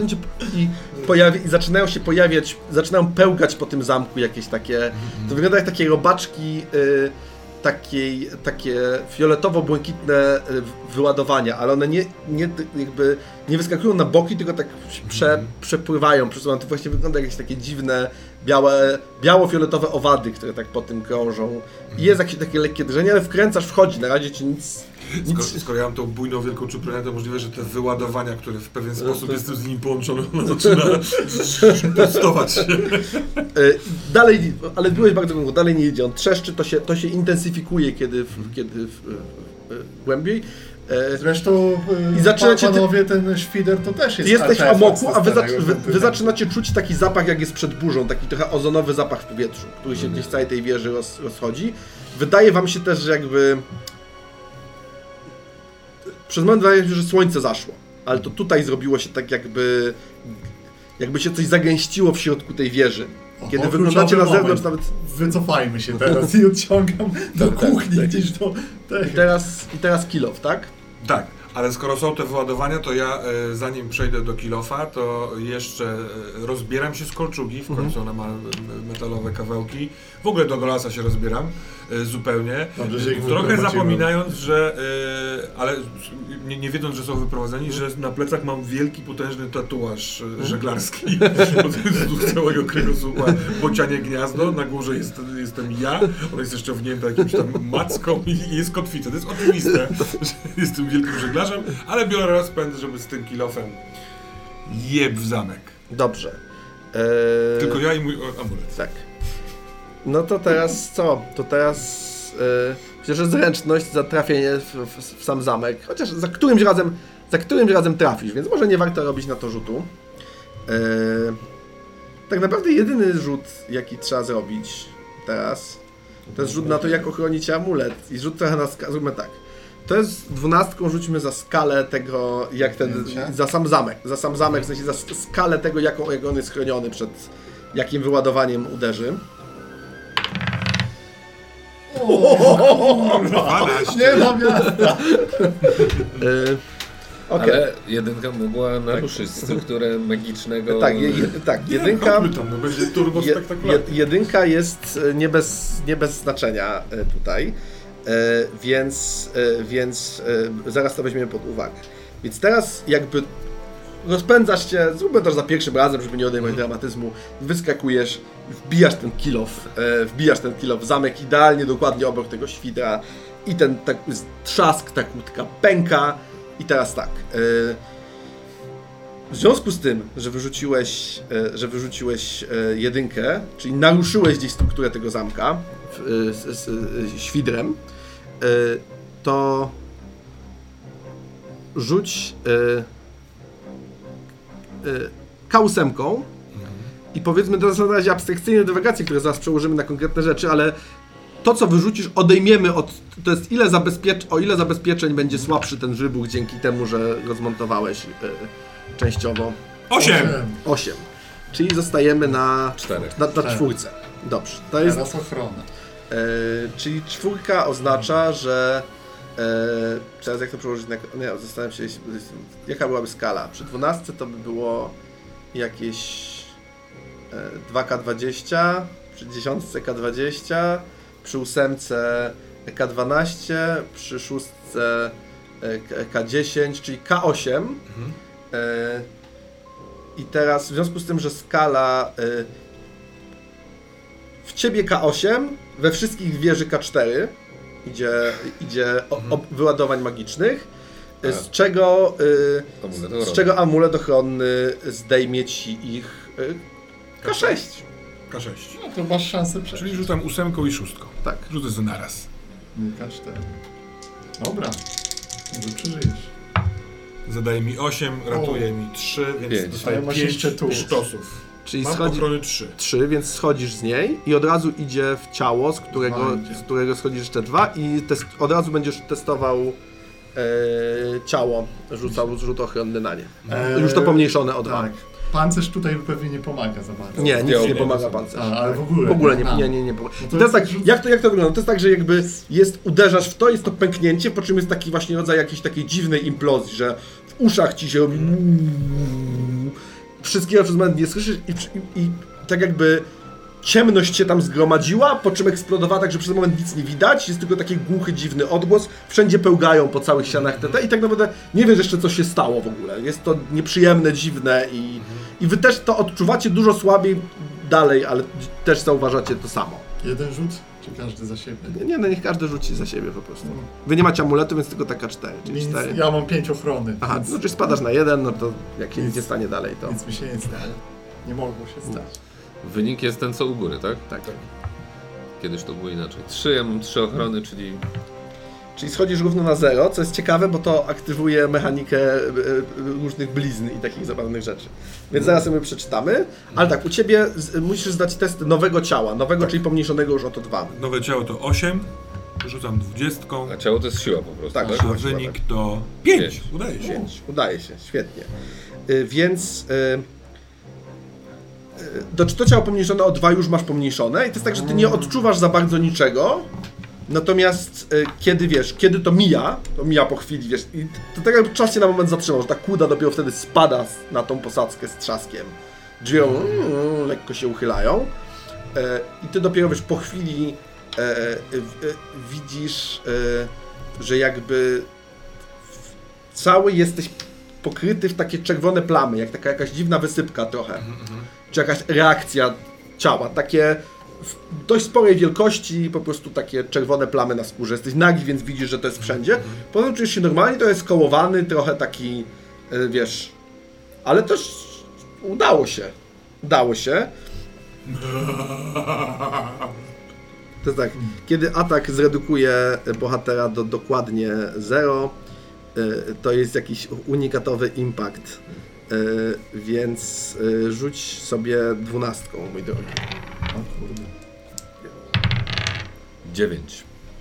i zaczynają pełgać po tym zamku jakieś takie, to wygląda jak takie robaczki, takie fioletowo-błękitne wyładowania, ale one nie wyskakują na boki, tylko tak przepływają. To właśnie wygląda jak jakieś takie dziwne, biało-fioletowe owady, które tak po tym krążą. I jest jakieś takie lekkie drżenie, ale wkręcasz, wchodzi, na razie ci nic... Skoro ja mam tą bujną wielką czuprinę, to możliwe, że te wyładowania, które w pewien sposób jestem z nim połączone, ona zaczyna prostować się. Dalej, ale byłeś bardzo głęboko, dalej nie idzie, on trzeszczy, to się intensyfikuje, kiedy głębiej. Zresztą panowie, ten świder to też jest... Jesteś w amoku, a wy zaczynacie czuć taki zapach, jak jest przed burzą, taki trochę ozonowy zapach w powietrzu, który się gdzieś w całej tej wieży rozchodzi. Wydaje wam się też, że jakby... Przez moment wydaje mi się, że słońce zaszło, ale to tutaj zrobiło się tak jakby się coś zagęściło w środku tej wieży. Kiedy wyglądacie na zewnątrz nawet... Wycofajmy się teraz i odciągam do kuchni gdzieś do... I teraz kill off, tak? Tak, ale skoro są te wyładowania, to ja zanim przejdę do kill-offa, to jeszcze rozbieram się z kolczugi, w końcu ona ma metalowe kawałki. W ogóle do Golasa się rozbieram zupełnie. Dobrze, trochę zapominając, że, ale nie wiedząc, że są wyprowadzeni, że na plecach mam wielki, potężny tatuaż żeglarski. Z całego kręgosłupa bocianie gniazdo, na górze jestem ja, ona jest jeszcze wnięta jakimś tam macką i jest kotwica. To jest oczywiste, że jestem wielkim żeglarzem, ale biorę rozpęd, żeby z tym kill-offem jeb w zamek. Dobrze. Tylko ja i mój amulet. Tak. No to teraz co? To teraz myślę, że zręczność za trafienie w sam zamek, chociaż za którymś razem trafisz, więc może nie warto robić na to rzutu. Tak naprawdę jedyny rzut, jaki trzeba zrobić teraz, to jest rzut na to, jak ochronić amulet i rzut trochę na skalę. Zróbmy tak. To jest 12, rzućmy za skalę tego, jak za sam zamek, w sensie za skalę tego, jak on jest chroniony przed jakim wyładowaniem uderzy. Nie ma miasta! Okay. Ale jedynka mogła naruszyć strukturę magicznego... Tak, jedynka... No będzie turbo spektakularny. Jedynka jest nie bez znaczenia tutaj, więc zaraz to weźmiemy pod uwagę. Więc teraz jakby rozpędzasz się, zróbmy to za pierwszym razem, żeby nie odejmować dramatyzmu, wyskakujesz, wbijasz ten kill off w zamek idealnie, dokładnie obok tego świdra i ten trzask, ta kłódka pęka i teraz tak. W związku z tym, że wyrzuciłeś jedynkę, czyli naruszyłeś gdzieś strukturę tego zamka z świdrem, to rzuć K8 i powiedzmy, to są na razie abstrakcyjne dywagacje, które zaraz przełożymy na konkretne rzeczy, ale to, co wyrzucisz, odejmiemy to jest o ile zabezpieczeń będzie słabszy ten wybuch dzięki temu, że go zmontowałeś częściowo. 8. Czyli zostajemy na 4. Na czwórce. Dobrze. To jest teraz ochrona. Czyli 4 oznacza, że teraz jak to przełożyć na... Nie, zastanawiam się, jaka byłaby skala. Przy 12 to by było jakieś 2K20, przy 10 K20, przy 8 K12, przy 6 K10, czyli K8. I teraz w związku z tym, że skala w ciebie K8, we wszystkich wieży K4, idzie wyładowań magicznych, z czego amulet ochronny zdejmie ci ich K6. K6. No to masz szansę przejść. Czyli rzucam 8 i 6. Tak. Rzucę to naraz. K4. Dobra. Może przeżyjesz. Zadaje mi 8, ratuje mi 3, więc 5. dostaję A ja masz 5 jeszcze tu. sztosów. Czyli Mam schodzi ochrony 3. 3, więc schodzisz z niej i od razu idzie w ciało, z którego schodzisz jeszcze 2 i od razu będziesz testował ciało, rzucał rzut ochronny na nie. Już to pomniejszone o 2. Tak. Pancerz tutaj pewnie nie pomaga za bardzo. Nie, nic nie pomaga pancerz. Ale w ogóle. W ogóle nie pomaga. No To jest tak, jak to wygląda? To jest tak, że jakby uderzasz w to, jest to pęknięcie, po czym jest taki właśnie rodzaj jakiejś takiej dziwnej implozji, że w uszach ci się robi wszystkiego przez moment nie słyszysz i tak jakby ciemność się tam zgromadziła, po czym eksplodowała tak, że przez moment nic nie widać, jest tylko taki głuchy, dziwny odgłos, wszędzie pełgają po całych ścianach TT i tak naprawdę nie wiesz jeszcze co się stało w ogóle. Jest to nieprzyjemne, dziwne i wy też to odczuwacie dużo słabiej dalej, ale też zauważacie to samo. Jeden rzut, czy każdy za siebie? Nie, no niech każdy rzuci za siebie po prostu. Wy nie macie amuletu, więc tylko taka 4, czyli 4. Ja mam 5 ochrony. Aha, więc, no czyli spadasz na 1, no to jak się nic nie stanie dalej, to... Nic mi się nie stało. Nie mogło się stać. Wynik jest ten co u góry, tak? Tak. Kiedyś to było inaczej. 3, ja mam 3 ochrony, czyli... Czyli schodzisz równo na 0, co jest ciekawe, bo to aktywuje mechanikę różnych blizn i takich zabawnych rzeczy. Więc zaraz sobie przeczytamy. Ale tak, u Ciebie musisz zdać test nowego ciała, czyli pomniejszonego już o to 2. Nowe ciało to 8, rzucam 20. A ciało to jest siła po prostu, Tak, tak? A wynik to 5. Udaje się. 5. Udaje się, świetnie. Więc... to ciało pomniejszone o 2 już masz pomniejszone i to jest tak, że ty nie odczuwasz za bardzo niczego, natomiast kiedy to mija po chwili, wiesz, i to tak jakby czas się na moment zatrzymał, że ta kłuda dopiero wtedy spada na tą posadzkę z trzaskiem. Drzwi lekko się uchylają i ty dopiero, wiesz, po chwili widzisz, że jakby cały jesteś pokryty w takie czerwone plamy, jak taka jakaś dziwna wysypka trochę. Czy jakaś reakcja ciała, takie w dość sporej wielkości, po prostu takie czerwone plamy na skórze. Jesteś nagi, więc widzisz, że to jest wszędzie. Potem czujesz się normalnie, to jest skołowany, trochę taki, wiesz, ale też udało się. To jest tak, kiedy atak zredukuje bohatera do dokładnie 0, to jest jakiś unikatowy impact. Więc rzuć sobie 12, mój drogi. O kurde. 9.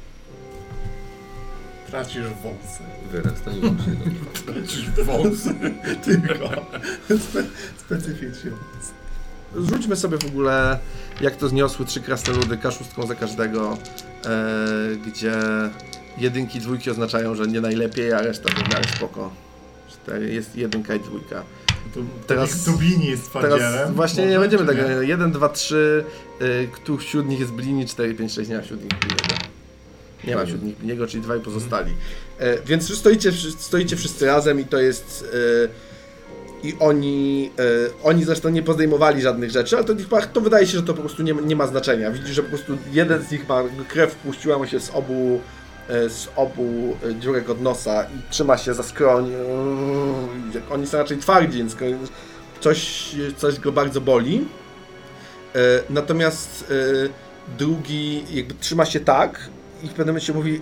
Tracisz wąsy. Wyrastający. Tracisz wąsy. Tylko. Specyficznie. Rzućmy sobie w ogóle, jak to zniosły 3 krasnoludy, K6 za każdego, gdzie 1 i 2 oznaczają, że nie najlepiej, a reszta to w miarę spoko. 4 jest 1 i 2. Teraz Dubini jest twardzielem. Teraz właśnie nie będziemy tego. 1, 2, 3, wśród nich jest Blini, 4, 5, 6, nie ma wśród nich Bliniego. Nie ma wśród nich Bliniego, czyli 2 pozostali. Więc stoicie wszyscy razem i to jest... I oni zresztą nie podejmowali żadnych rzeczy, ale to wydaje się, że to po prostu nie ma znaczenia. Widzisz, że po prostu jeden z nich ma krew, puściła mu się z obu dziurek od nosa i trzyma się za skroń. Oni są raczej twardzi, więc coś go bardzo boli. Natomiast drugi jakby trzyma się tak i w pewnym momencie mówi: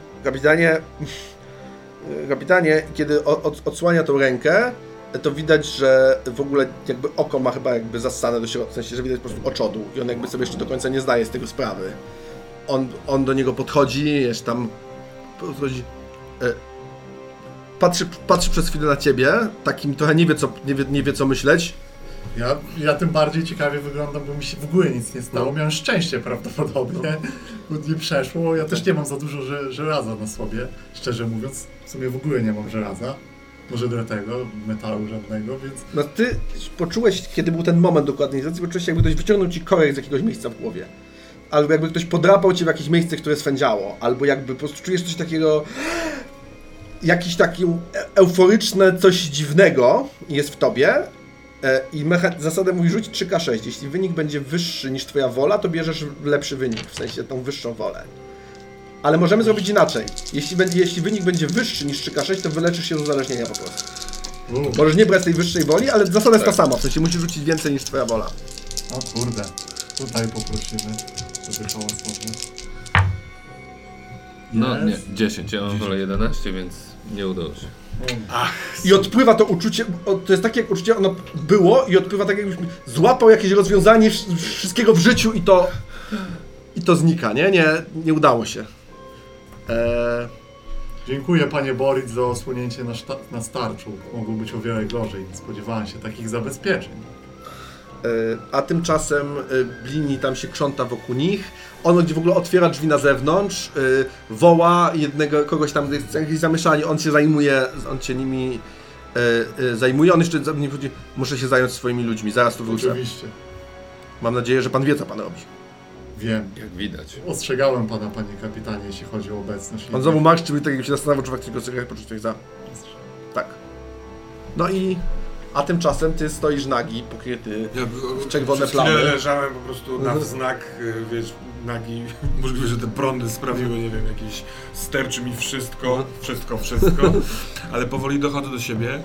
kapitanie, kiedy odsłania tą rękę, to widać, że w ogóle jakby oko ma chyba jakby zassane do środka, w sensie, że widać po prostu oczodu i on jakby sobie jeszcze do końca nie zdaje z tego sprawy. On do niego podchodzi, jeszcze tam podchodzi, patrzy przez chwilę na ciebie, takim trochę nie wie co myśleć. Ja tym bardziej ciekawie wyglądam, bo mi się w ogóle nic nie stało. Miałem szczęście prawdopodobnie, bo nie przeszło. Ja też nie mam za dużo żelaza na sobie, szczerze mówiąc. W sumie w ogóle nie mam żelaza. Może dlatego, metalu żadnego, więc... No ty poczułeś, kiedy był ten moment dokładnizacji, poczułeś, jakby ktoś wyciągnął ci korek z jakiegoś miejsca w głowie. Albo jakby ktoś podrapał cię w jakieś miejsce, które swędziało. Albo jakby po prostu czujesz coś takiego... Jakiś taki euforyczne coś dziwnego jest w tobie. I zasadę mówi: rzuć 3K6. Jeśli wynik będzie wyższy niż twoja wola, to bierzesz lepszy wynik, w sensie tą wyższą wolę. Ale możemy zrobić inaczej. Jeśli wynik będzie wyższy niż 3K6, to wyleczysz się z uzależnienia po prostu. Możesz nie brać tej wyższej woli, ale zasada jest ta sama, w sensie musisz rzucić więcej niż twoja wola. O kurde, tutaj poprosimy, żeby hałas można. No nie, 10, ja mam wolę 11, więc nie udało się. I odpływa to uczucie, to jest takie jak uczucie, ono było i odpływa tak jakbyś złapał jakieś rozwiązanie wszystkiego w życiu i to znika, nie udało się. Dziękuję panie Boris za osłonięcie na starczu. Mogło być o wiele gorzej, nie spodziewałem się takich zabezpieczeń. A tymczasem Blini tam się krząta wokół nich. On w ogóle otwiera drzwi na zewnątrz, woła kogoś tam, jest jakieś zamieszanie, on się nimi zajmuje. On jeszcze nie mówi, muszę się zająć swoimi ludźmi, zaraz tu wrócę. Oczywiście. Mam nadzieję, że pan wie, co pan robi. Wiem. Jak widać. Ostrzegałem pana, panie kapitanie, jeśli chodzi o obecność. On znowu marszczy, tak jakby się zastanawiał, czy faktycznie go cygarek poczuć coś za... Tak. No i... A tymczasem ty stoisz nagi, pokryty w czerwone plamy. Leżałem po prostu na wznak, wiesz, nagi. Możliwe, że te prądy sprawiły, nie wiem, jakieś sterczy mi wszystko, ale powoli dochodzę do siebie.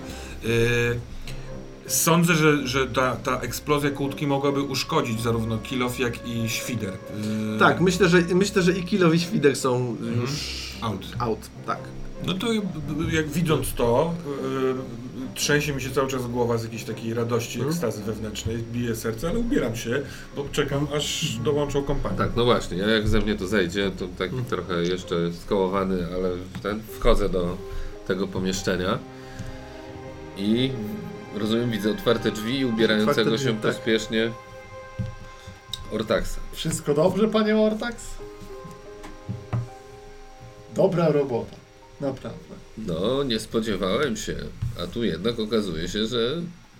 Sądzę, że ta eksplozja kłódki mogłaby uszkodzić zarówno kill-off, jak i świder. Tak, myślę, że i kill-off i świder są już out, tak. No to jak widząc to, trzęsie mi się cały czas głowa z jakiejś takiej radości, ekstazy wewnętrznej, bije serce, ale ubieram się, bo czekam, aż dołączą kompanię. Tak, no właśnie, jak ze mnie to zejdzie, to taki trochę jeszcze skołowany, ale wchodzę do tego pomieszczenia i rozumiem, widzę otwarte drzwi i ubierającego się pospiesznie Ortaxa. Wszystko dobrze, panie Ortax? Dobra robota, naprawdę. No, nie spodziewałem się, a tu jednak okazuje się, że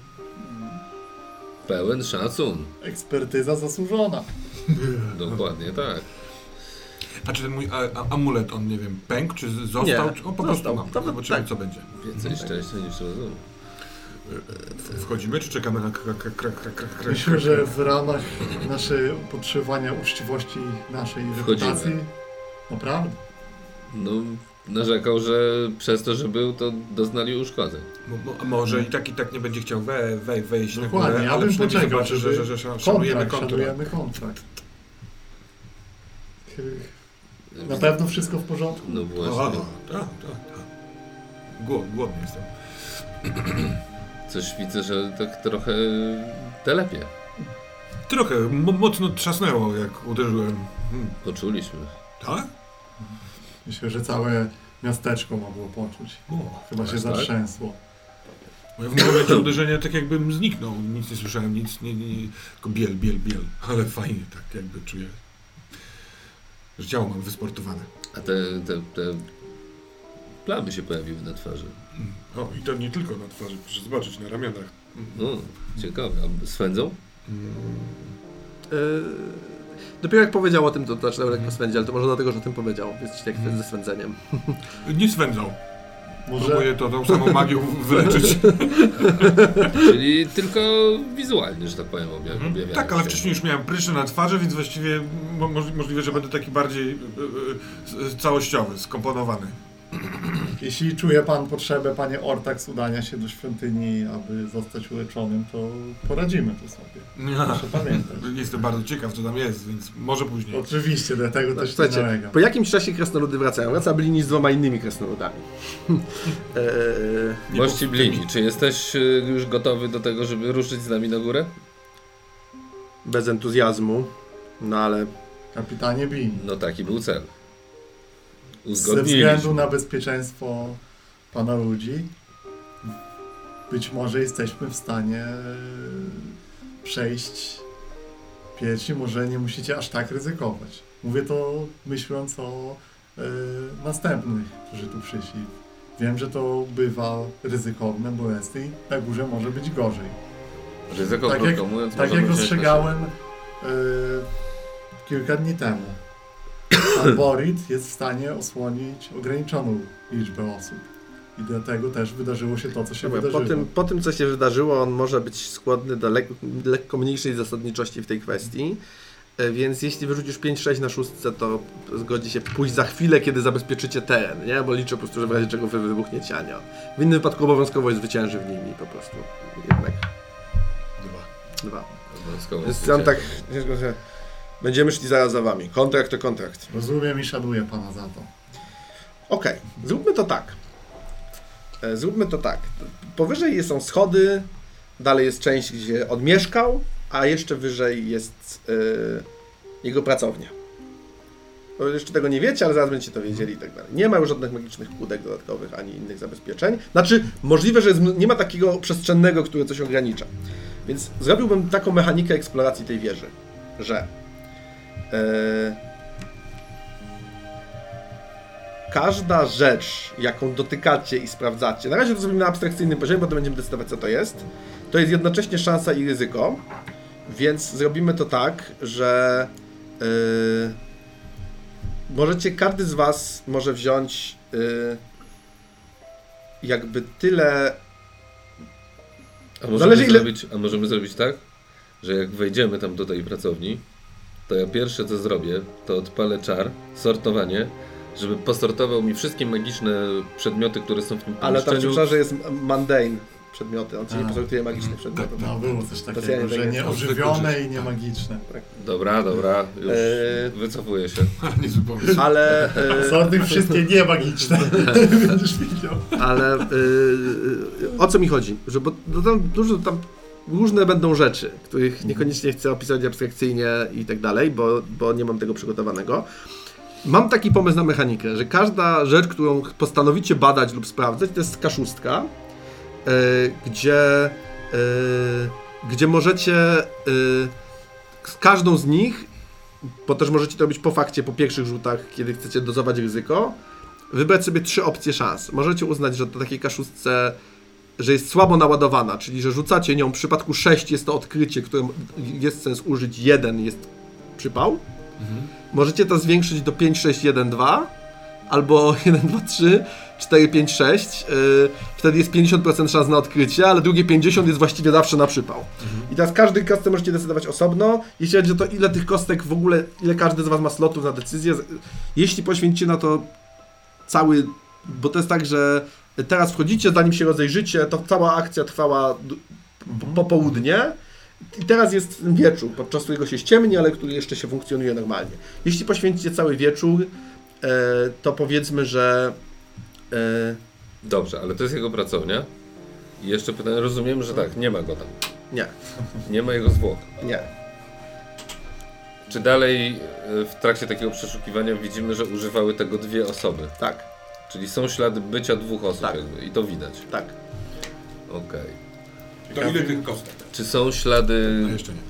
pełen szacun. Ekspertyza zasłużona. Dokładnie tak. A czy ten mój amulet, on nie wiem, pękł, czy został? Nie, On po prostu został. mam, zobaczymy co będzie. Więcej szczęścia niż rozum. Wchodzimy, czy czekamy na Myślę, że w ramach naszej podtrzymywania uczciwości naszej reputacji, naprawdę. No, narzekał, że przez to, że był, to doznali uszkodzeń. Może i tak nie będzie chciał wejść na górę, Dokładnie, ja ale bym przynajmniej poczekał, zobaczy, że szanujemy kontrakt. szanujemy kontrakt. Na pewno wszystko w porządku. No właśnie. Tak. Głodny jestem. Coś widzę, że tak trochę telepie. Trochę, mocno trzasnęło, jak uderzyłem. Poczuliśmy. Tak? Myślę, że całe miasteczko mogło poczuć. Chyba się zatrzęsło. Ja w momencie uderzenia tak jakbym zniknął. Nic nie słyszałem, nic, nie, tylko biel. Ale fajnie, tak jakby czuję, że ciało mam wysportowane. A te plamy się pojawiły na twarzy. O, i to nie tylko na twarzy, proszę zobaczyć, na ramionach. No, ciekawe. A swędzą? Dopiero jak powiedział o tym, to zaczynał lekko swędzić, ale to może dlatego, że o tym powiedział, więc tak ze swędzeniem. Nie swędzą. Może... Próbuję to tą samą magią wyleczyć. Czyli tylko wizualnie, że tak powiem, objawiają Tak, ale się. wcześniej już miałem pryszcze na twarzy, więc właściwie możliwe, że będę taki bardziej całościowy, skomponowany. Jeśli czuje pan potrzebę, panie Ortax, udania się do świątyni, aby zostać uleczonym, to poradzimy tu sobie. Proszę pamiętać. Jestem bardzo ciekaw, co tam jest, więc może później. Oczywiście, dlatego też nie Słuchajcie, nalegam. po jakimś czasie krasnoludy wracają. Wraca Blini z 2 innymi krasnoludami. Mości Blini, czy jesteś już gotowy do tego, żeby ruszyć z nami na górę? Bez entuzjazmu, no ale... Kapitanie Blini, No taki był cel. ze Uzgodniliśmy. względu na bezpieczeństwo pana ludzi, być może jesteśmy w stanie przejść pierwsi, może nie musicie aż tak ryzykować. Mówię to myśląc o następnych, którzy tu przyszli. Wiem, że to bywa ryzykowne, bolesne i na górze może być gorzej. Ryzyko, Tak krótko mówiąc, Tak możemy jak wziąć na ostrzegałem kilka dni temu. Pan Borit jest w stanie osłonić ograniczoną liczbę osób. I dlatego też wydarzyło się to, co się wydarzyło. Po tym, co się wydarzyło, on może być skłonny do lekko mniejszej zasadniczości w tej kwestii. Więc jeśli wyrzucisz 5-6 na szóstce, to zgodzi się pójść za chwilę, kiedy zabezpieczycie teren, nie? Bo liczę po prostu, że w razie czego wy wybuchniecie, a nie. W innym wypadku obowiązkowo zwycięży w nimi po prostu. Jednak. 2. Obowiązkowo Więc zwycięży. tam tak... Będziemy szli zaraz za wami. Kontrakt to kontrakt. Rozumiem i szanuję pana za to. Okej, zróbmy to tak. Powyżej są schody, dalej jest część, gdzie on mieszkał, a jeszcze wyżej jest jego pracownia. Bo jeszcze tego nie wiecie, ale zaraz będziecie to wiedzieli i tak dalej. Nie ma już żadnych magicznych kłódek dodatkowych, ani innych zabezpieczeń. Znaczy, możliwe, że nie ma takiego przestrzennego, które coś ogranicza. Więc zrobiłbym taką mechanikę eksploracji tej wieży, że każda rzecz, jaką dotykacie i sprawdzacie, na razie to zrobimy na abstrakcyjnym poziomie, potem będziemy decydować, co to jest jednocześnie szansa i ryzyko, więc zrobimy to tak, że każdy z was może wziąć jakby tyle... A możemy zrobić tak, że jak wejdziemy tam do tej pracowni, to ja pierwsze co zrobię, to odpalę czar, sortowanie, żeby posortował mi wszystkie magiczne przedmioty, które są w tym Ale pomieszczeniu. tam w czarze jest mundane przedmioty, on ci nie posortuje magicznych przedmiotów. No było coś takiego, Specjalnie że tak nie jest. ożywione i nie magiczne. Dobra, już wycofuję się. Nie zupełnie. Ale... Sortuj wszystkie nie magiczne. Będziesz widział. Ale o co mi chodzi? Że bo tam dużo tam różne będą rzeczy, których niekoniecznie chcę opisać abstrakcyjnie i tak dalej, bo nie mam tego przygotowanego. Mam taki pomysł na mechanikę, że każda rzecz, którą postanowicie badać lub sprawdzać, to jest K6, gdzie możecie z każdą z nich, bo też możecie to robić po fakcie, po pierwszych rzutach, kiedy chcecie dozować ryzyko, wybrać sobie 3 opcje szans. Możecie uznać, że to takiej K6, że jest słabo naładowana, czyli że rzucacie nią, w przypadku 6 jest to odkrycie, które jest sens użyć, 1 jest przypał. Możecie to zwiększyć do 5, 6, 1, 2 albo 1, 2, 3, 4, 5, 6. Wtedy jest 50% szans na odkrycie, ale drugie 50 jest właściwie zawsze na przypał. I teraz każdy kostce możecie decydować osobno. Jeśli chodzi o to, ile tych kostek w ogóle, ile każdy z was ma slotów na decyzję, jeśli poświęcicie na to cały, bo to jest tak, że teraz wchodzicie, zanim się rozejrzycie, to cała akcja trwała popołudnie. I teraz jest wieczór, podczas którego się ściemni, ale który jeszcze się funkcjonuje normalnie. Jeśli poświęcicie cały wieczór, to powiedzmy, że... Dobrze, ale to jest jego pracownia. I jeszcze pytanie, rozumiem, że tak, nie ma go tam. Nie. Nie ma jego zwłok. Nie. Czy dalej w trakcie takiego przeszukiwania widzimy, że używały tego 2 osoby? Tak. Czyli są ślady bycia 2 osób Tak. jakby, i to widać. Tak. Okej. To ile tych kostek? Czy są ślady... No jeszcze nie.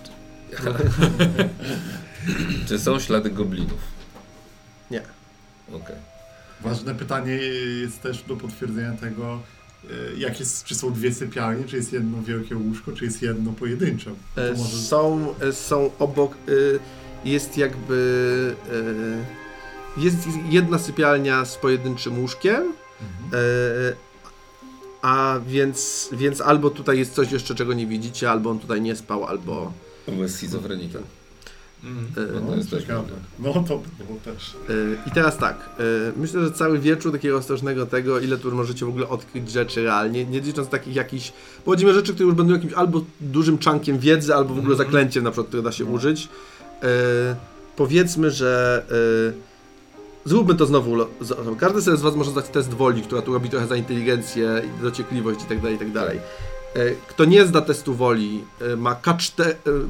Czy są ślady goblinów? Nie. Okej. Ważne pytanie jest też do potwierdzenia tego, czy są 2 sypialnie, czy jest jedno wielkie łóżko, czy jest jedno pojedyncze. To może... Są obok, jest jakby, jest jedna sypialnia z pojedynczym łóżkiem, a więc albo tutaj jest coś jeszcze, czego nie widzicie, albo on tutaj nie spał, albo... To jest schizofrenika. No, jest też ciekawe. No to było też. I teraz tak, myślę, że cały wieczór takiego ostrożnego tego, ile tu możecie w ogóle odkryć rzeczy realnie, nie licząc takich jakichś, powiedzmy rzeczy, które już będą jakimś albo dużym chunkiem wiedzy, albo w ogóle zaklęciem na przykład, które da się użyć. Powiedzmy, że zróbmy to znowu, każdy z was może zdać test woli, która tu robi trochę za inteligencję, dociekliwość i tak dalej. Kto nie zda testu woli, ma K4,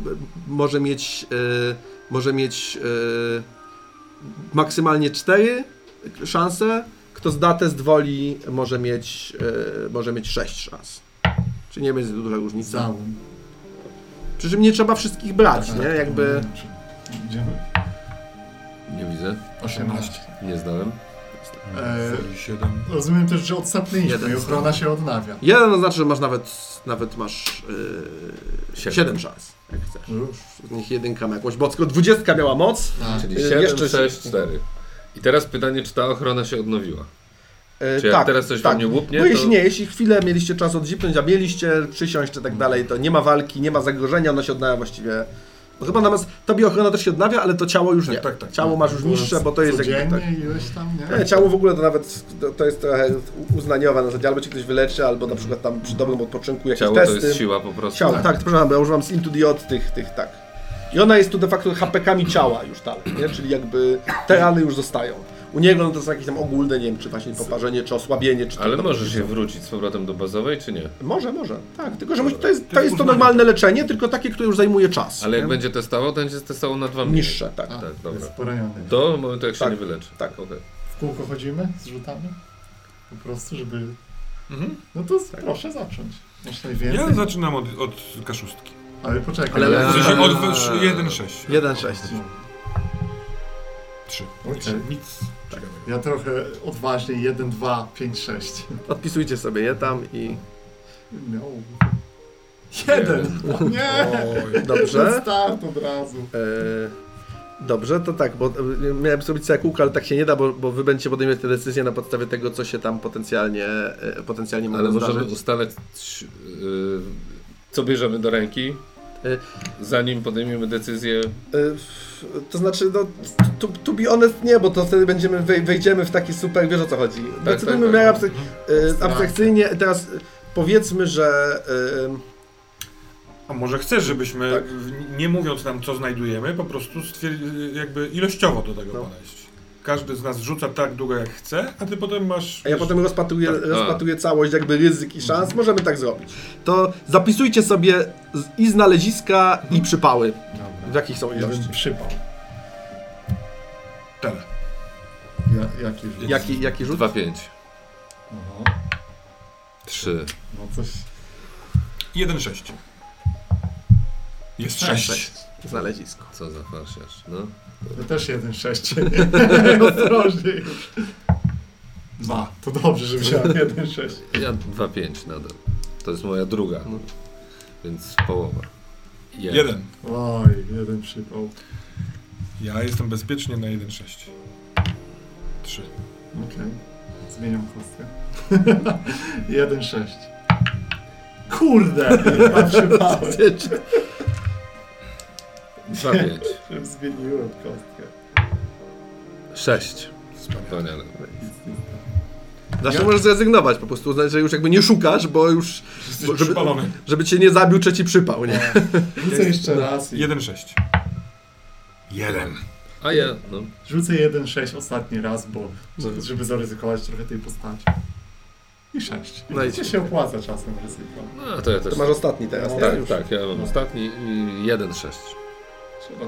może mieć maksymalnie 4 szanse. Kto zda test woli, może mieć 6 szans. Czyli nie będzie duża różnica. Załom. Przy czym nie trzeba wszystkich brać, nie? Jakby... Idziemy. Nie widzę. 18. Nie zdałem. 7. Rozumiem też, że odsapnęliśmy i 1 ochrona się odnawia. 1 to znaczy, że masz nawet masz 7 szans, jak chcesz. Już. Z nich 1 ma jakąś mocno. 20 miała moc. Czyli 7, jeszcze 6, 4. I teraz pytanie, czy ta ochrona się odnowiła? Czy jak Tak, teraz coś wam nie łupnie, bo to... jeśli chwilę mieliście czas odzipnąć, a mieliście przysiąść czy tak dalej, to nie ma walki, nie ma zagrożenia, ona się odnawia właściwie Chyba natomiast tobie ochrona też się odnawia, ale to ciało już nie. Tak. Ciało masz już niższe, bo to jest jakby tak. Codziennie ileś tam, nie? Nie, ciało w ogóle to nawet to jest trochę uznaniowe, na zasadzie albo cię ktoś wyleczy, albo na przykład tam przy dobrym odpoczynku jakieś Ciało testy. to jest siła po prostu. Ciało, tak, przepraszam, bo ja używam z Into the Odd tych, tak. I ona jest tu de facto HP-kami ciała już dalej, nie? Czyli jakby te rany już zostają. U niego no to są jakieś tam ogólne, nie wiem, czy właśnie poparzenie, czy osłabienie, czy Ale to możesz się wrócić z powrotem do bazowej, czy nie? Może, tak. Tylko, że to jest to normalne leczenie, tylko takie, które już zajmuje czas. Ale jak nie? będzie testował, to będzie testował na 2 mniej. Niższe, tak. Tak, dobra. Jest poraniony. Do momentu, jak się Tak, nie wyleczy. tak. Okej. W kółko chodzimy z rzutami? Po prostu, żeby... Mhm. No to proszę zacząć. Masz najwięcej. Ja zaczynam od kaszustki. Ale poczekaj. Ale- ja- W sensie od 1,6. 1,6. 3. Okej. Nic ciekawego. Ja trochę odważnie 1, 2, 5, 6. Odpisujcie sobie je tam i... No. 1! O nie! Oj. Dobrze. Start od razu. Dobrze, to tak, bo miałem zrobić całe kółko, ale tak się nie da, bo wy będziecie podejmować te decyzje na podstawie tego, co się tam potencjalnie Ale może możemy zdarzyć. ustalać, co bierzemy do ręki, zanim podejmiemy decyzję. To znaczy, no, to be honest, nie, bo to wtedy wejdziemy w taki super, wiesz o co chodzi. Decydujmy w miarę abstrakcyjnie, teraz powiedzmy, że... A może chcesz, żebyśmy, Tak. nie mówiąc nam co znajdujemy, po prostu jakby ilościowo do tego podejść. Każdy z nas rzuca tak długo jak chce, a ty potem masz... A ja potem rozpatruję całość jakby ryzyk i szans, możemy tak zrobić. To zapisujcie sobie i znaleziska, i przypały. W jakich są ilości? Jeden przypał. Tyle. Jaki rzut? Jaki rzut? 2-5. Aha. 3. No coś... 1,6. Jest 6. Znalezisko. Co za farsjarz, no. Ja też 1, 6. Ostrożnie już. 2. To dobrze, że wziąłem 1, 6. Ja 2-5 nadal. To jest moja druga. No. Więc połowa. 1. Oj, 1 przypał. Ja jestem bezpiecznie na 1,6. 3. Okej. Zmieniam kostkę. 1, 6. Kurde! Mam przypałem. 2-5. Zmieniłem kostkę. 6. Wspaniale. Wspaniale. Zawsze możesz zrezygnować, po prostu uznać, że już jakby nie szukasz, bo już... Jesteś przypalony. Żeby cię nie zabił trzeci przypał, nie? Rzucę jeszcze raz. 1,6. 1. A ja, no. Rzucę 1, 6 ostatni raz, bo żeby zaryzykować trochę tej postaci. I 6. No i Widzicie, się opłaca czasem ryzyko. No to ja też. To masz ostatni teraz, nie? Tak, Już. tak, ja mam ostatni i 1-6. Trzeba...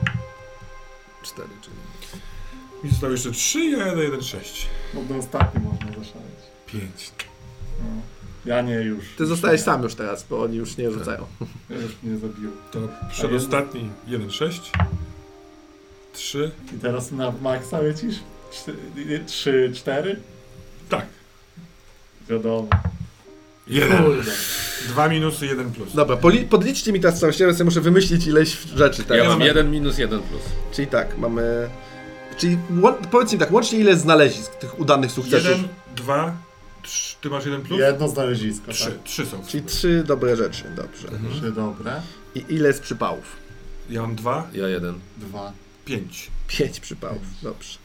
4, czyli. Mi zostało jeszcze 3, ja jadę 1,6. No do ostatni można zaszaleć. 5. No. Ja nie już. Ty zostajesz sam już teraz, bo oni już nie rzucają. Ja już mnie zabił. To przedostatni 1,6. 3. I teraz na maksa lecisz? 3, 4? Tak. Wiadomo. 1. Kurde. 2 minusy, 1 plus. Dobra, podliczcie mi teraz całość, ja sobie muszę wymyślić ileś rzeczy teraz. Ja mam 1 minus 1 plus. Czyli tak, mamy... Czyli powiedz mi tak, łącznie ile znalezisk tych udanych sukcesów? 1, 2, 3. Ty masz 1 plus? Jedno znalezisko, 3. tak? 3 są. Czyli 3 dobre rzeczy, dobrze. 3 dobre, I ile jest przypałów? Ja mam 2, Ja 1. 2. 5. 5 przypałów, dobrze.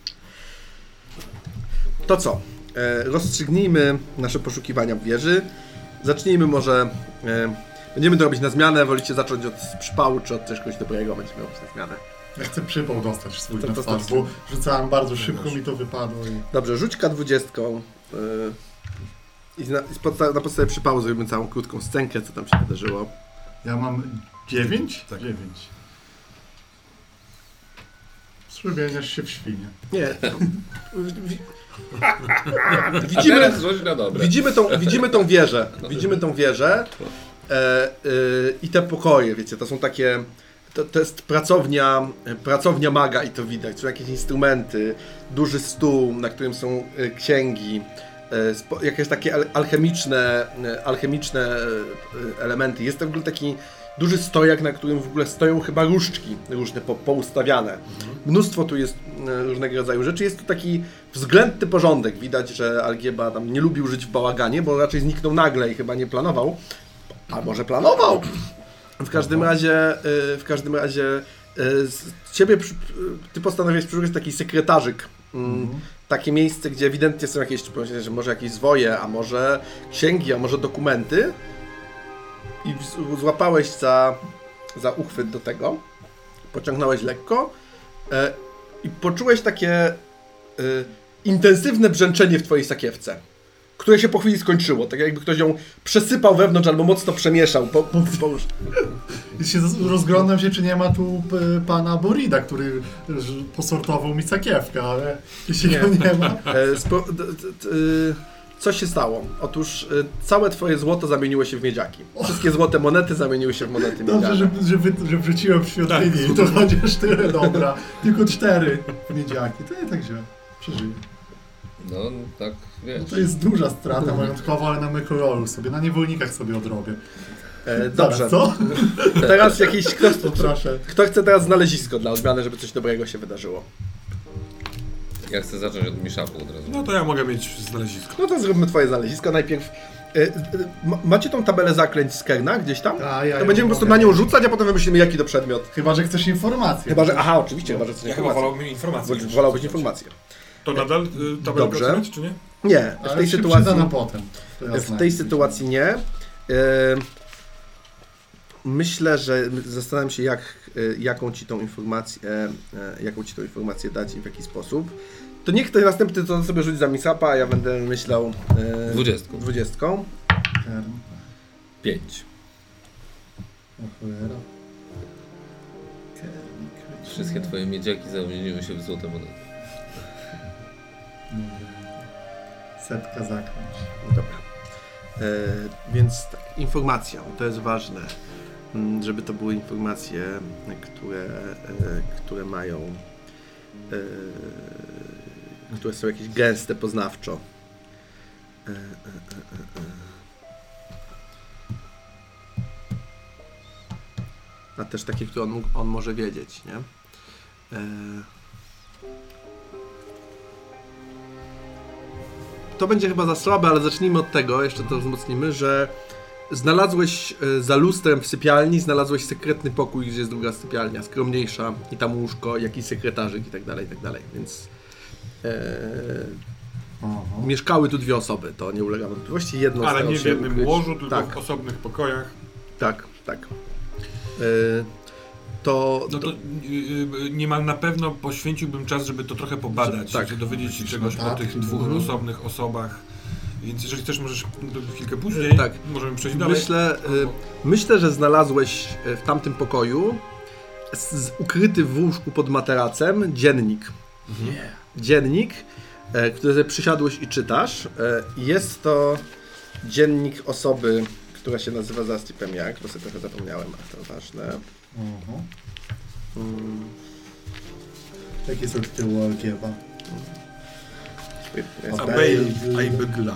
To co? Rozstrzygnijmy nasze poszukiwania w wieży. Zacznijmy może... Będziemy to robić na zmianę, wolicie zacząć od przypału, czy od czegoś dobrego będziemy robić na zmianę? Ja chcę przypał dostać swój To na dostać twarz, bo rzucałem bardzo szybko, mi to wypadło i... Dobrze, rzuć K20 i na podstawie przypału zrobimy całą krótką scenkę, co tam się wydarzyło. Ja mam 9? Tak. 9. Przemieniasz się w świnie. Nie. Widzimy coś na dobre. Widzimy tą wieżę. Widzimy tą wieżę i te pokoje, wiecie, to są takie... To jest pracownia maga i to widać. Są jakieś instrumenty, duży stół, na którym są księgi, jakieś takie alchemiczne elementy. Jest to w ogóle taki duży stojak, na którym w ogóle stoją chyba różdżki różne poustawiane. Mnóstwo tu jest różnego rodzaju rzeczy. Jest tu taki względny porządek. Widać, że Algieba tam nie lubił żyć w bałaganie, bo raczej zniknął nagle i chyba nie planował. A może planował? W każdym razie ty postanowiłeś przeszukać taki sekretarzyk. Takie miejsce, gdzie ewidentnie są jakieś, że może jakieś zwoje, a może księgi, a może dokumenty. I złapałeś za uchwyt do tego. Pociągnąłeś lekko i poczułeś takie intensywne brzęczenie w twojej sakiewce, które się po chwili skończyło, tak jakby ktoś ją przesypał wewnątrz albo mocno przemieszał. Rozglądam się, czy nie ma tu pana Borida, który posortował mi sakiewkę, ale jeśli go nie ma... Co się stało? Otóż całe twoje złoto zamieniło się w miedziaki. Wszystkie złote monety zamieniły się w monety miedziane. Dobrze, że wrzuciłem w świątyni, to chociaż tyle dobra. Tylko 4 miedziaki, to nie tak źle. Przeżyję. No, tak, wiesz. To jest duża strata majątkowa, ale na Mekorolu sobie, na niewolnikach sobie odrobię. Dobrze. Co? Teraz proszę. Kto chce teraz znalezisko dla odmiany, żeby coś dobrego się wydarzyło? Ja chcę zacząć od Miszapu od razu. No to ja mogę mieć znalezisko. No to zróbmy twoje znalezisko. Najpierw macie tą tabelę zaklęć z Kerna gdzieś tam? To będziemy po prostu na nią rzucać, a potem wymyślimy, jaki to przedmiot. Chyba że chcesz informację. Aha, oczywiście, chyba że chcesz Ja chyba informację. wolałbym informację. Wolałbyś informację. To nadal tabelkę Dobrze. oceniać, czy nie? Nie, w Ale tej się sytuacji. przyda na potem. W tej sytuacji nie. Myślę, że zastanawiam się, jaką ci tą informację dać i w jaki sposób. To niech ktoś następny to sobie rzuci za Misapa, a ja będę myślał 20. 5. O cholera. Wszystkie twoje miedziaki zamieniły się w złote monety. Setka zaklęć. Dobra. Więc tak, informacja, to jest ważne, żeby to były informacje, które mają, które są jakieś gęste poznawczo. A też takie, które on może wiedzieć, nie? To będzie chyba za słabe, ale zacznijmy od tego, jeszcze to wzmocnimy, że znalazłeś za lustrem w sypialni, znalazłeś sekretny pokój, gdzie jest druga sypialnia, skromniejsza i tam łóżko, jakiś sekretarzyk i tak dalej, więc mieszkały tu 2 osoby, to nie ulega wątpliwości. Jedno ale nie w jednym ukryć. łożu, tylko tak. w osobnych pokojach. Tak. No to niemal na pewno poświęciłbym czas, żeby to trochę pobadać, Tak. żeby dowiedzieć się czegoś o tych 2 osobnych osobach. Więc jeżeli chcesz, możesz chwilkę później, Tak. możemy przejść dalej. Myślę, że znalazłeś w tamtym pokoju ukryty w łóżku pod materacem dziennik. Dziennik, który sobie przysiadłeś i czytasz. Jest to dziennik osoby, która się nazywa, zaraz ci powiem jak, bo sobie trochę zapomniałem, a to ważne. Jakie są tytuły Algiewa? Abeigla.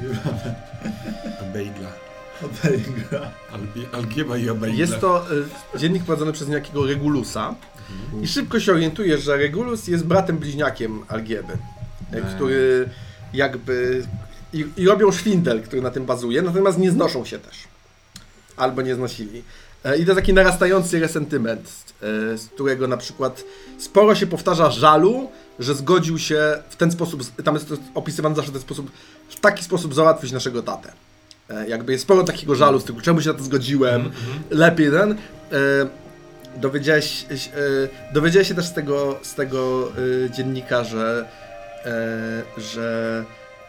Algieba i Abeigla. Jest to dziennik prowadzony przez niejakiego Regulusa i szybko się orientujesz, że Regulus jest bratem bliźniakiem Algieby, który jakby... I robią szwindel, który na tym bazuje, natomiast nie znoszą się też. Albo nie znosili. I to jest taki narastający resentyment, z którego na przykład sporo się powtarza żalu, że zgodził się w ten sposób, tam jest to opisywany zawsze w ten sposób, w taki sposób załatwić naszego tatę. Jakby jest sporo takiego żalu z tego, czemu się na to zgodziłem, lepiej ten. Dowiedziałeś się też z tego dziennika, że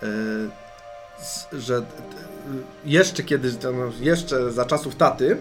jeszcze za czasów taty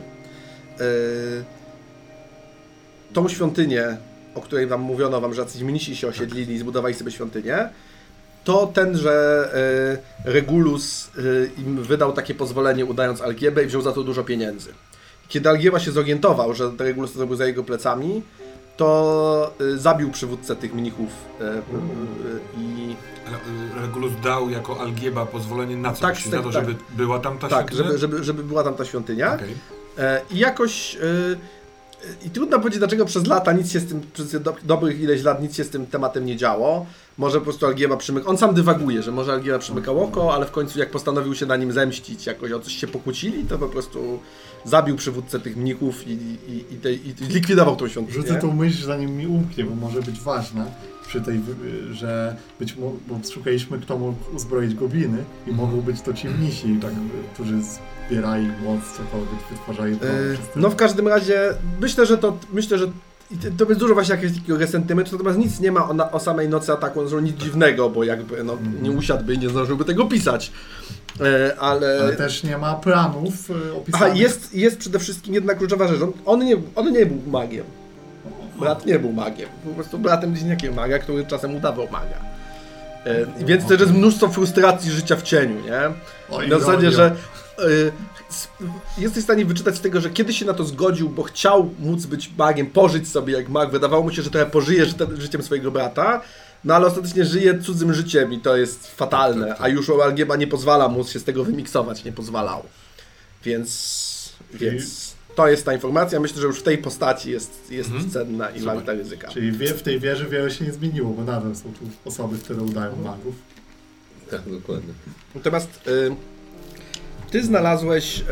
tą świątynię, o której wam mówiono wam, że jacyś mnisi się osiedlili i zbudowali sobie świątynię, to tenże Regulus im wydał takie pozwolenie, udając Algiebę, i wziął za to dużo pieniędzy. Kiedy Algieba się zorientował, że Regulus to zrobił za jego plecami, to zabił przywódcę tych mnichów i... Regulus dał jako Algieba pozwolenie na coś? Tak, na to, żeby była tam ta świątynia? Tak, żeby była tam ta świątynia. Okay. I jakoś... I trudno powiedzieć, dlaczego przez lata nic się z tym, przez dobrych ileś lat nic się z tym tematem nie działo. Może po prostu Algieba przymykał, on sam dywaguje, że może Algieba przymykał oko, ale w końcu jak postanowił się na nim zemścić, jakoś o coś się pokłócili, to po prostu zabił przywódcę tych mnichów i likwidował tą świątynię. Rzucę tą myśl, zanim mi umknie, bo może być ważna przy tej, że bo szukaliśmy, kto mógł uzbroić gobliny i mogą być to ci mnisi, tak, którzy zbierali moc, cokolwiek wytwarzali. No w każdym razie myślę, że to jest dużo właśnie jakiegoś takiego resentymentu, natomiast nic nie ma o samej nocy ataku, no, nic dziwnego, bo jakby nie usiadłby i nie zdążyłby tego pisać. Ale też nie ma planów opisanych. Aha, jest przede wszystkim jedna kluczowa rzecz. On nie był magiem. Brat nie był magiem. Po prostu bratem bliźniakiem maga, który czasem udawał maga. Więc też jest mnóstwo frustracji życia w cieniu, nie? Na zasadzie, że jesteś w stanie wyczytać z tego, że kiedyś się na to zgodził, bo chciał móc być magiem, pożyć sobie jak mag. Wydawało mu się, że trochę pożyje życiem swojego brata, no ale ostatecznie żyje cudzym życiem i to jest fatalne, a już Algieba nie pozwala mu się z tego wymiksować, nie pozwalał. Więc to jest ta informacja. Myślę, że już w tej postaci jest cenna i warta ryzyka. Czyli w tej wieży wiele się nie zmieniło, bo nadal są tu osoby, które udają magów. Tak, dokładnie. Natomiast ty znalazłeś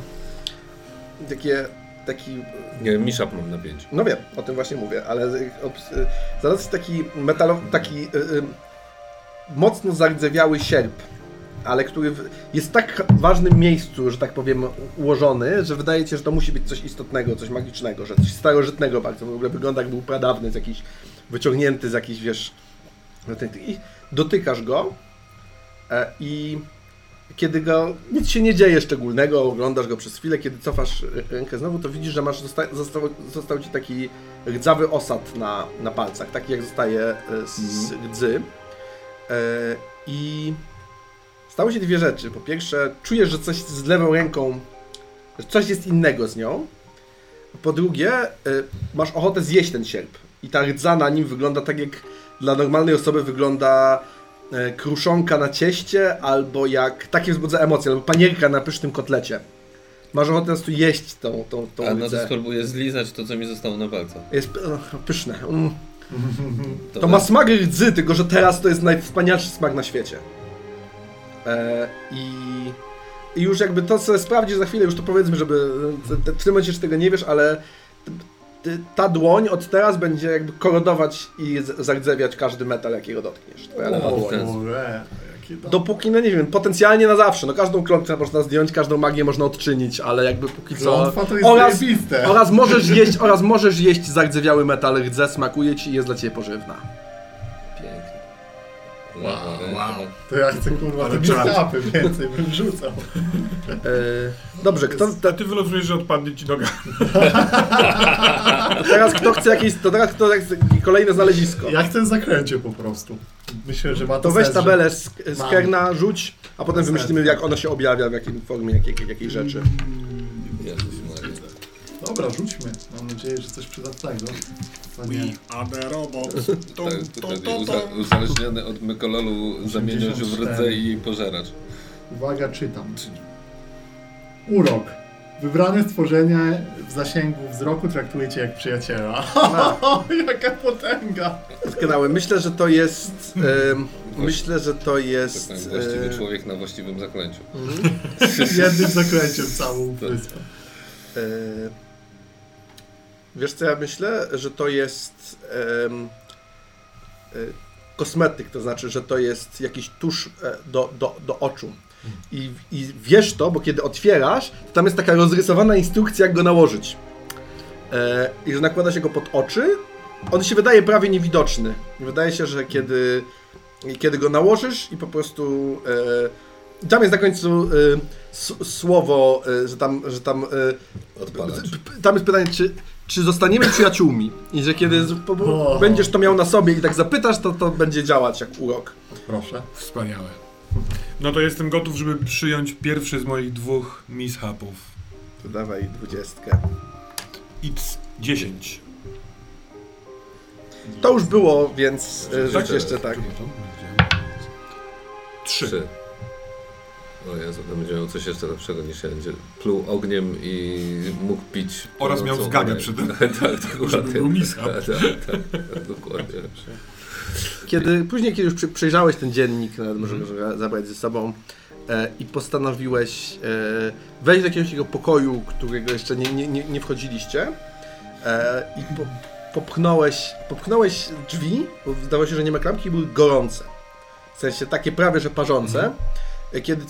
taki... Nie, Mishap mam na 5. No wiem, o tym właśnie mówię, ale znalazłeś taki mocno zardzewiały sierp, ale który jest w tak ważnym miejscu, że tak powiem, ułożony, że wydaje ci się, że to musi być coś istotnego, coś magicznego, że coś starożytnego bardzo. W ogóle wygląda, jak był pradawny, z jakiś wyciągnięty z jakiś, wiesz... I dotykasz go i kiedy nic się nie dzieje szczególnego, oglądasz go przez chwilę, kiedy cofasz rękę znowu, to widzisz, że został ci taki rdzawy osad na palcach, taki jak zostaje z rdzy. I stało się dwie rzeczy. Po pierwsze, czujesz, że coś z lewą ręką, że coś jest innego z nią. Po drugie, masz ochotę zjeść ten sierp. I ta rdza na nim wygląda tak, jak dla normalnej osoby wygląda kruszonka na cieście, albo jak takie wzbudza emocje, albo panierka na pysznym kotlecie. Masz ochotę po prostu jeść tą A no rdзę. to spróbuję zlizać to, co mi zostało na palcach. Jest pyszne. To ma smak rdzy, tylko że teraz to jest najwspanialszy smak na świecie. I już jakby to, co sprawdzisz za chwilę, już to powiedzmy, żeby w tym momencie, że tego nie wiesz, ale ta dłoń od teraz będzie jakby korodować i zardzewiać każdy metal, jakiego dotkniesz. Twoja lewa dłoń. Dopóki, no nie wiem, potencjalnie na zawsze. No każdą klątwę można zdjąć, każdą magię można odczynić, ale jakby póki co... Oraz możesz jeść zardzewiały metal, rdzę, smakuje ci i jest dla ciebie pożywna. Pięknie. Wow. To ja chcę, kurwa, te biskapy więcej bym rzucał. Dobrze, A ty wylosujesz, że odpadnie ci noga. Teraz kto chce kolejne znalezisko. Ja chcę zakręcie po prostu. Myślę, że ma to To weź sens, tabelę z Kerna, rzuć, a potem wymyślimy, jak ono się objawia, w jakiej formie, jakiej rzeczy. Jezus Maria. Dobra, rzućmy. Mam nadzieję, że coś przydatnego. We are the robots. Tak, uzależniony od Mykololu zamieniał się w rdzę i pożeracz. Uwaga, czytam. Urok. Wybrane stworzenie w zasięgu wzroku traktuje cię jak przyjaciela. Jaka potęga! Doskonały. Myślę, że to jest... Właściwy człowiek na właściwym zaklęciu. Jednym zaklęciem całą wyspę. Wiesz co ja myślę? Że to jest kosmetyk, to znaczy, że to jest jakiś tusz do oczu. I wiesz to, bo kiedy otwierasz, to tam jest taka rozrysowana instrukcja, jak go nałożyć. I że nakłada się go pod oczy, on się wydaje prawie niewidoczny. Wydaje się, że kiedy go nałożysz i po prostu... tam jest na końcu słowo, że tam tam jest pytanie, czy zostaniemy przyjaciółmi i że kiedy będziesz to miał na sobie i tak zapytasz, to będzie działać jak urok. Proszę. Wspaniałe. No to jestem gotów, żeby przyjąć pierwszy z moich 2 mishapów. To dawaj 20. It's 10. To już było, więc rzuć jeszcze tak. 3. O Jezu, to będzie miał coś jeszcze lepszego niż ja. Będzie pluł ogniem i mógł pić... Oraz miał zgagę przy tym. Tak, dokładnie. Żeby był mishap. Tak, dokładnie. Później, kiedy już przejrzałeś ten dziennik, nawet możemy go zabrać ze sobą i postanowiłeś wejść do jakiegoś takiego pokoju, którego jeszcze nie wchodziliście i popchnąłeś drzwi, bo zdawało się, że nie ma klamki i były gorące. W sensie takie prawie, że parzące. Kiedy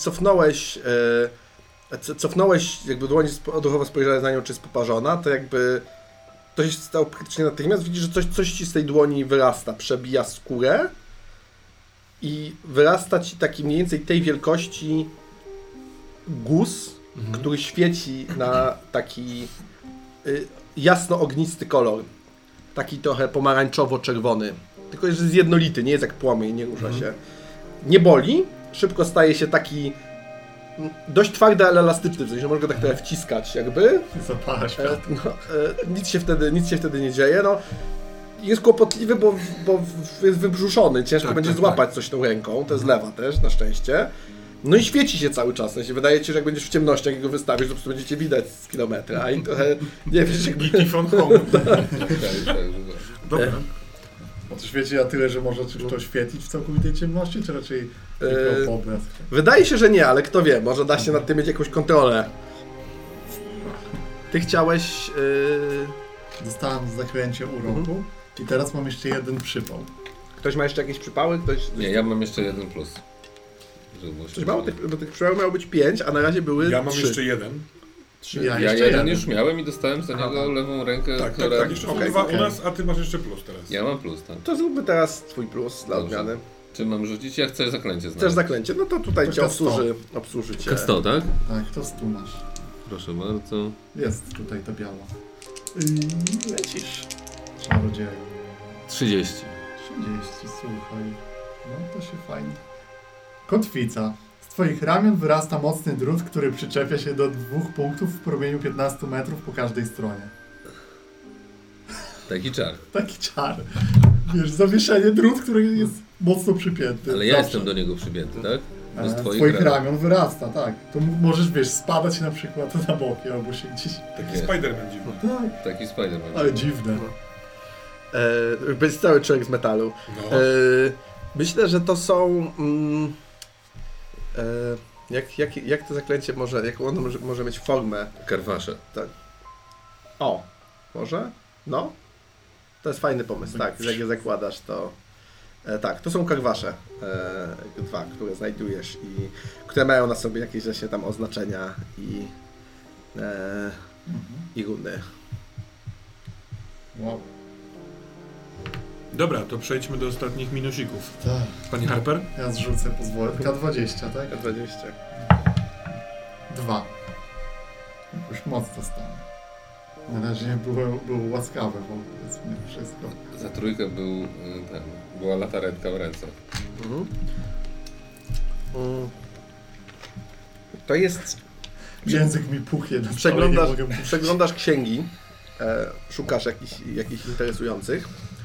cofnąłeś jakby dłoń, odruchowo spojrzałeś na nią, czy jest poparzona, to jakby to się stało praktycznie natychmiast. Widzisz, że coś ci z tej dłoni wyrasta, przebija skórę i wyrasta ci taki mniej więcej tej wielkości guz, który świeci na taki jasno ognisty kolor. Taki trochę pomarańczowo-czerwony. Tylko że jest jednolity, nie jest jak płomień, nie rusza się. Nie boli, szybko staje się taki dość twardy, ale elastyczny, w sensie, że można go tak trochę wciskać jakby. Zapala świat. Nic się wtedy nie dzieje. No, jest kłopotliwy, bo jest wybrzuszony, ciężko będzie złapać coś tą ręką, to jest lewa też, na szczęście. No i świeci się cały czas, w sensie, wydaje ci się, że jak będziesz w ciemnościach i go wystawisz, to po prostu będziecie widać z kilometra i trochę, nie wiesz, jakby... E.T. from home. Dobra. No to świeci na tyle, że może to świecić w całkowitej ciemności, czy raczej tylko obraz? Wydaje się, że nie, ale kto wie, może da się nad tym mieć jakąś kontrolę. Ty chciałeś... Dostałem zaklęcie uroku i teraz mam jeszcze jeden przypał. Ktoś ma jeszcze jakieś przypały? Nie, ja mam jeszcze 1 plus. Coś mało? Bo tych przypałów miało być 5, a na razie były Ja mam 3. jeszcze jeden. Ja jeszcze jeden już miałem i dostałem za niego lewą rękę, Tak, która... tak. Jeszcze są dwa u nas, a ty masz jeszcze plus teraz. Ja mam plus, tak. To zróbmy teraz twój plus dla Dobrze. odmiany. Czy mam rzucić? Ja chcę zaklęcie znaleźć. Chcesz zaklęcie? No to tutaj To cię K100. obsłuży cię. K100, tak? Tak, to stu masz. Proszę bardzo. Jest tutaj ta biała. Lecisz. Czarodzieju. 30. 30, słuchaj. No to się fajnie. Kotwica. Z twoich ramion wyrasta mocny drut, który przyczepia się do 2 punktów w promieniu 15 metrów po każdej stronie. Taki czar. Taki czar. Wiesz, zawieszenie drut, który jest mocno przypięty. Ale ja Zawsze. jestem do niego przypięty, tak? Bo z Z twoich ramion wyrasta, tak. To możesz, wiesz, spadać na przykład na boki albo się gdzieś... Taki Spider-Man dziwny. Tak, Taki Spider-Man. ale dziwne. Będzie cały człowiek z metalu. No. Myślę, że to są... jak to zaklęcie może... Jak ono może mieć formę? Karwasze. O! Może? No? To jest fajny pomysł, tak. Jak je zakładasz, to... tak, to są karwasze. 2, które znajdujesz i które mają na sobie jakieś właśnie tam oznaczenia i runy. Wow. Dobra, to przejdźmy do ostatnich minusików. Tak. Pani Harper? Ja zrzucę, pozwolę. K20, tak? 20. 2. Jakoś mocno stanę. Na razie było łaskawe wobec mnie wszystko. Za trójkę była lataretka w ręce. To jest... Język mi puchnie na stole, nie mogę mówić. Przeglądasz księgi, szukasz jakichś interesujących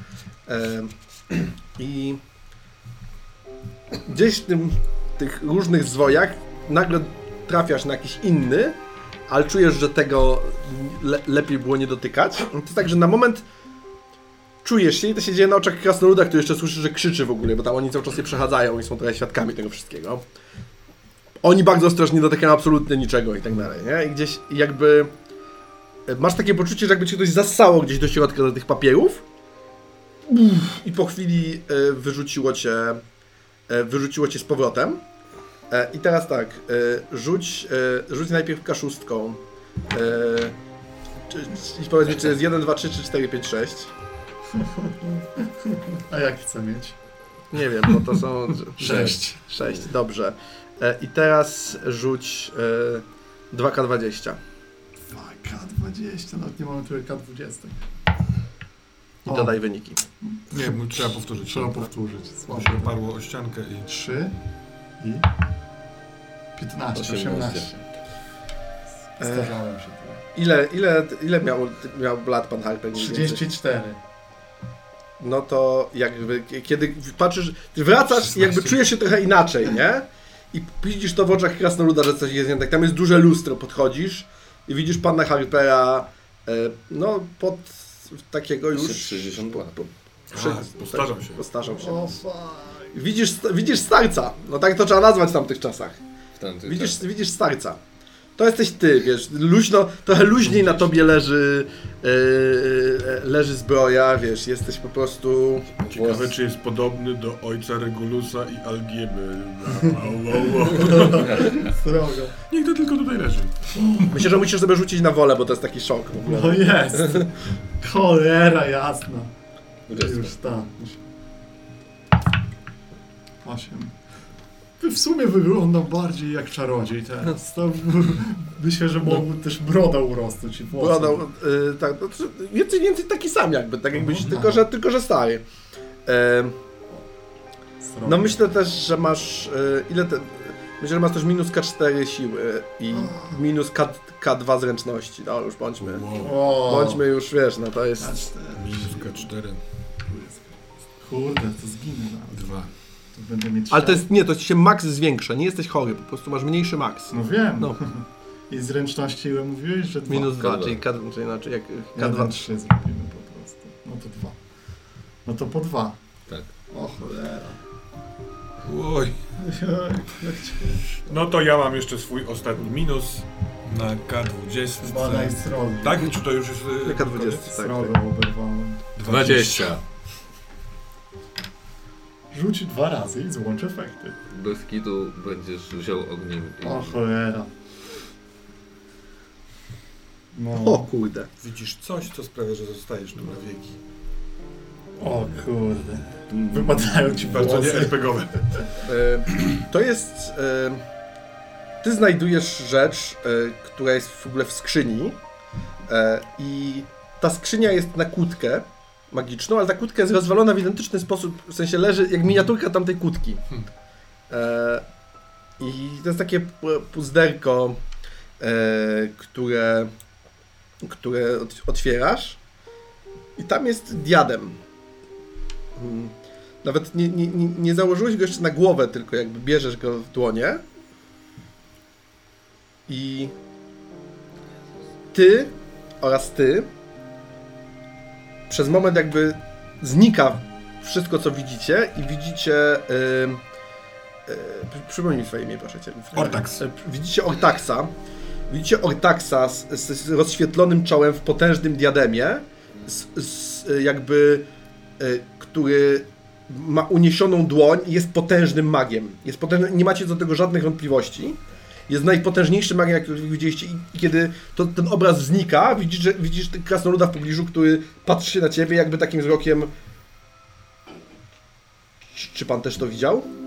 i gdzieś w tych różnych zwojach nagle trafiasz na jakiś inny, ale czujesz, że tego lepiej było nie dotykać. To jest tak, że na moment czujesz się i to się dzieje na oczach krasnoluda, który jeszcze słyszy, że krzyczy w ogóle, bo tam oni cały czas się przechadzają i są trochę świadkami tego wszystkiego. Oni bardzo ostrożnie dotykają absolutnie niczego i tak dalej, nie? I gdzieś jakby masz takie poczucie, że jakby cię ktoś zassało gdzieś do środka do tych papierów i po chwili wyrzuciło cię z powrotem. I teraz tak, rzuć najpierw K6. I powiedz mi, czy jest 1, 2, 3, czy 4, 5, 6? A jak chcę mieć? Nie wiem, bo to są... 6. 6, dobrze. I teraz rzuć 2K20. 2K20, nawet nie mamy tyle K20. I dodaj wyniki. Nie, trzeba powtórzyć. Trzeba powtórzyć. Bo Słabo. się oparło o ściankę i... 3 i 15, 18. Starzałem się trochę. Ile miał lat pan Harper? 34. No to jakby, kiedy patrzysz, ty wracasz 16. i jakby czujesz się trochę inaczej, nie? I widzisz to w oczach krasnoluda, że coś jest nie tak. Tam jest duże lustro, podchodzisz i widzisz pana Harpera, no pod takiego już... 60 lat. Postarzał się. Postarzał się. O, fuck. Widzisz starca. No tak to trzeba nazwać w tamtych czasach. W tamtych Widzisz starca. To jesteś ty, wiesz, luźno, trochę luźniej na tobie leży zbroja, wiesz, jesteś po prostu... Ciekawe, czy jest podobny do ojca Regulusa i Algieby. Srogo. Niech to tylko tutaj leży. Myślę, że musisz sobie rzucić na wolę, bo to jest taki szok w ogóle. No jest. Cholera jasna. 20. Już tak. 8. W sumie wyglądam bardziej jak czarodziej teraz. To myślę, że mógł też broda urosnąć i włosy. Brodą, tak, to więcej taki sam jakby, tak jakbyś, tylko że stary. Srogo. No myślę też, że masz, myślę, że masz też minus K4 siły i minus K2 zręczności, no już bądźmy już, wiesz, no to jest... Minus K4. Kurde, to zginę nawet. 2. To będę mieć Ale to siedem. jest, nie, to ci się max zwiększa, nie jesteś chory, po prostu masz mniejszy max. No wiem. No. I zręczności ile mówiłeś, że 2? Minus 2, K2. czyli czyli inaczej jak K2 K2. 3 zrobimy po prostu. No to 2. No to po 2. Tak. O cholera. Oj. No to ja mam jeszcze swój ostatni minus na K20. Badaj srogo. Tak? Czy to już jest... K20, koniec? tak. Srogo oberwałem. 20. Rzuć 2 razy i złącz efekty. Bez kitu będziesz wziął ogniem. O cholera. No. O kurde. Widzisz coś, co sprawia, że zostajesz tu na wieki. O kurde. Wypadają ci Bardzo nie włosy. RPGowe. To jest... Ty znajdujesz rzecz, która jest w ogóle w skrzyni i ta skrzynia jest na kłódkę magiczną, ale ta kłódka jest rozwalona w identyczny sposób, w sensie leży jak miniaturka tamtej kłódki. I to jest takie puzderko, które otwierasz i tam jest diadem. Nawet nie założyłeś go jeszcze na głowę, tylko jakby bierzesz go w dłonie i ty oraz ty przez moment jakby znika wszystko, co widzicie i widzicie przypomnij mi swoje imię, proszę cię. Ortax. Widzicie Ortaxa. Widzicie Ortaxa z rozświetlonym czołem w potężnym diademie, który ma uniesioną dłoń i jest potężnym magiem. Jest potężny, nie macie do tego żadnych wątpliwości. Jest najpotężniejszym magiem, jak widzieliście. I kiedy ten obraz znika, widzisz krasnoluda w pobliżu, który patrzy się na ciebie jakby takim wzrokiem. Czy pan też to widział?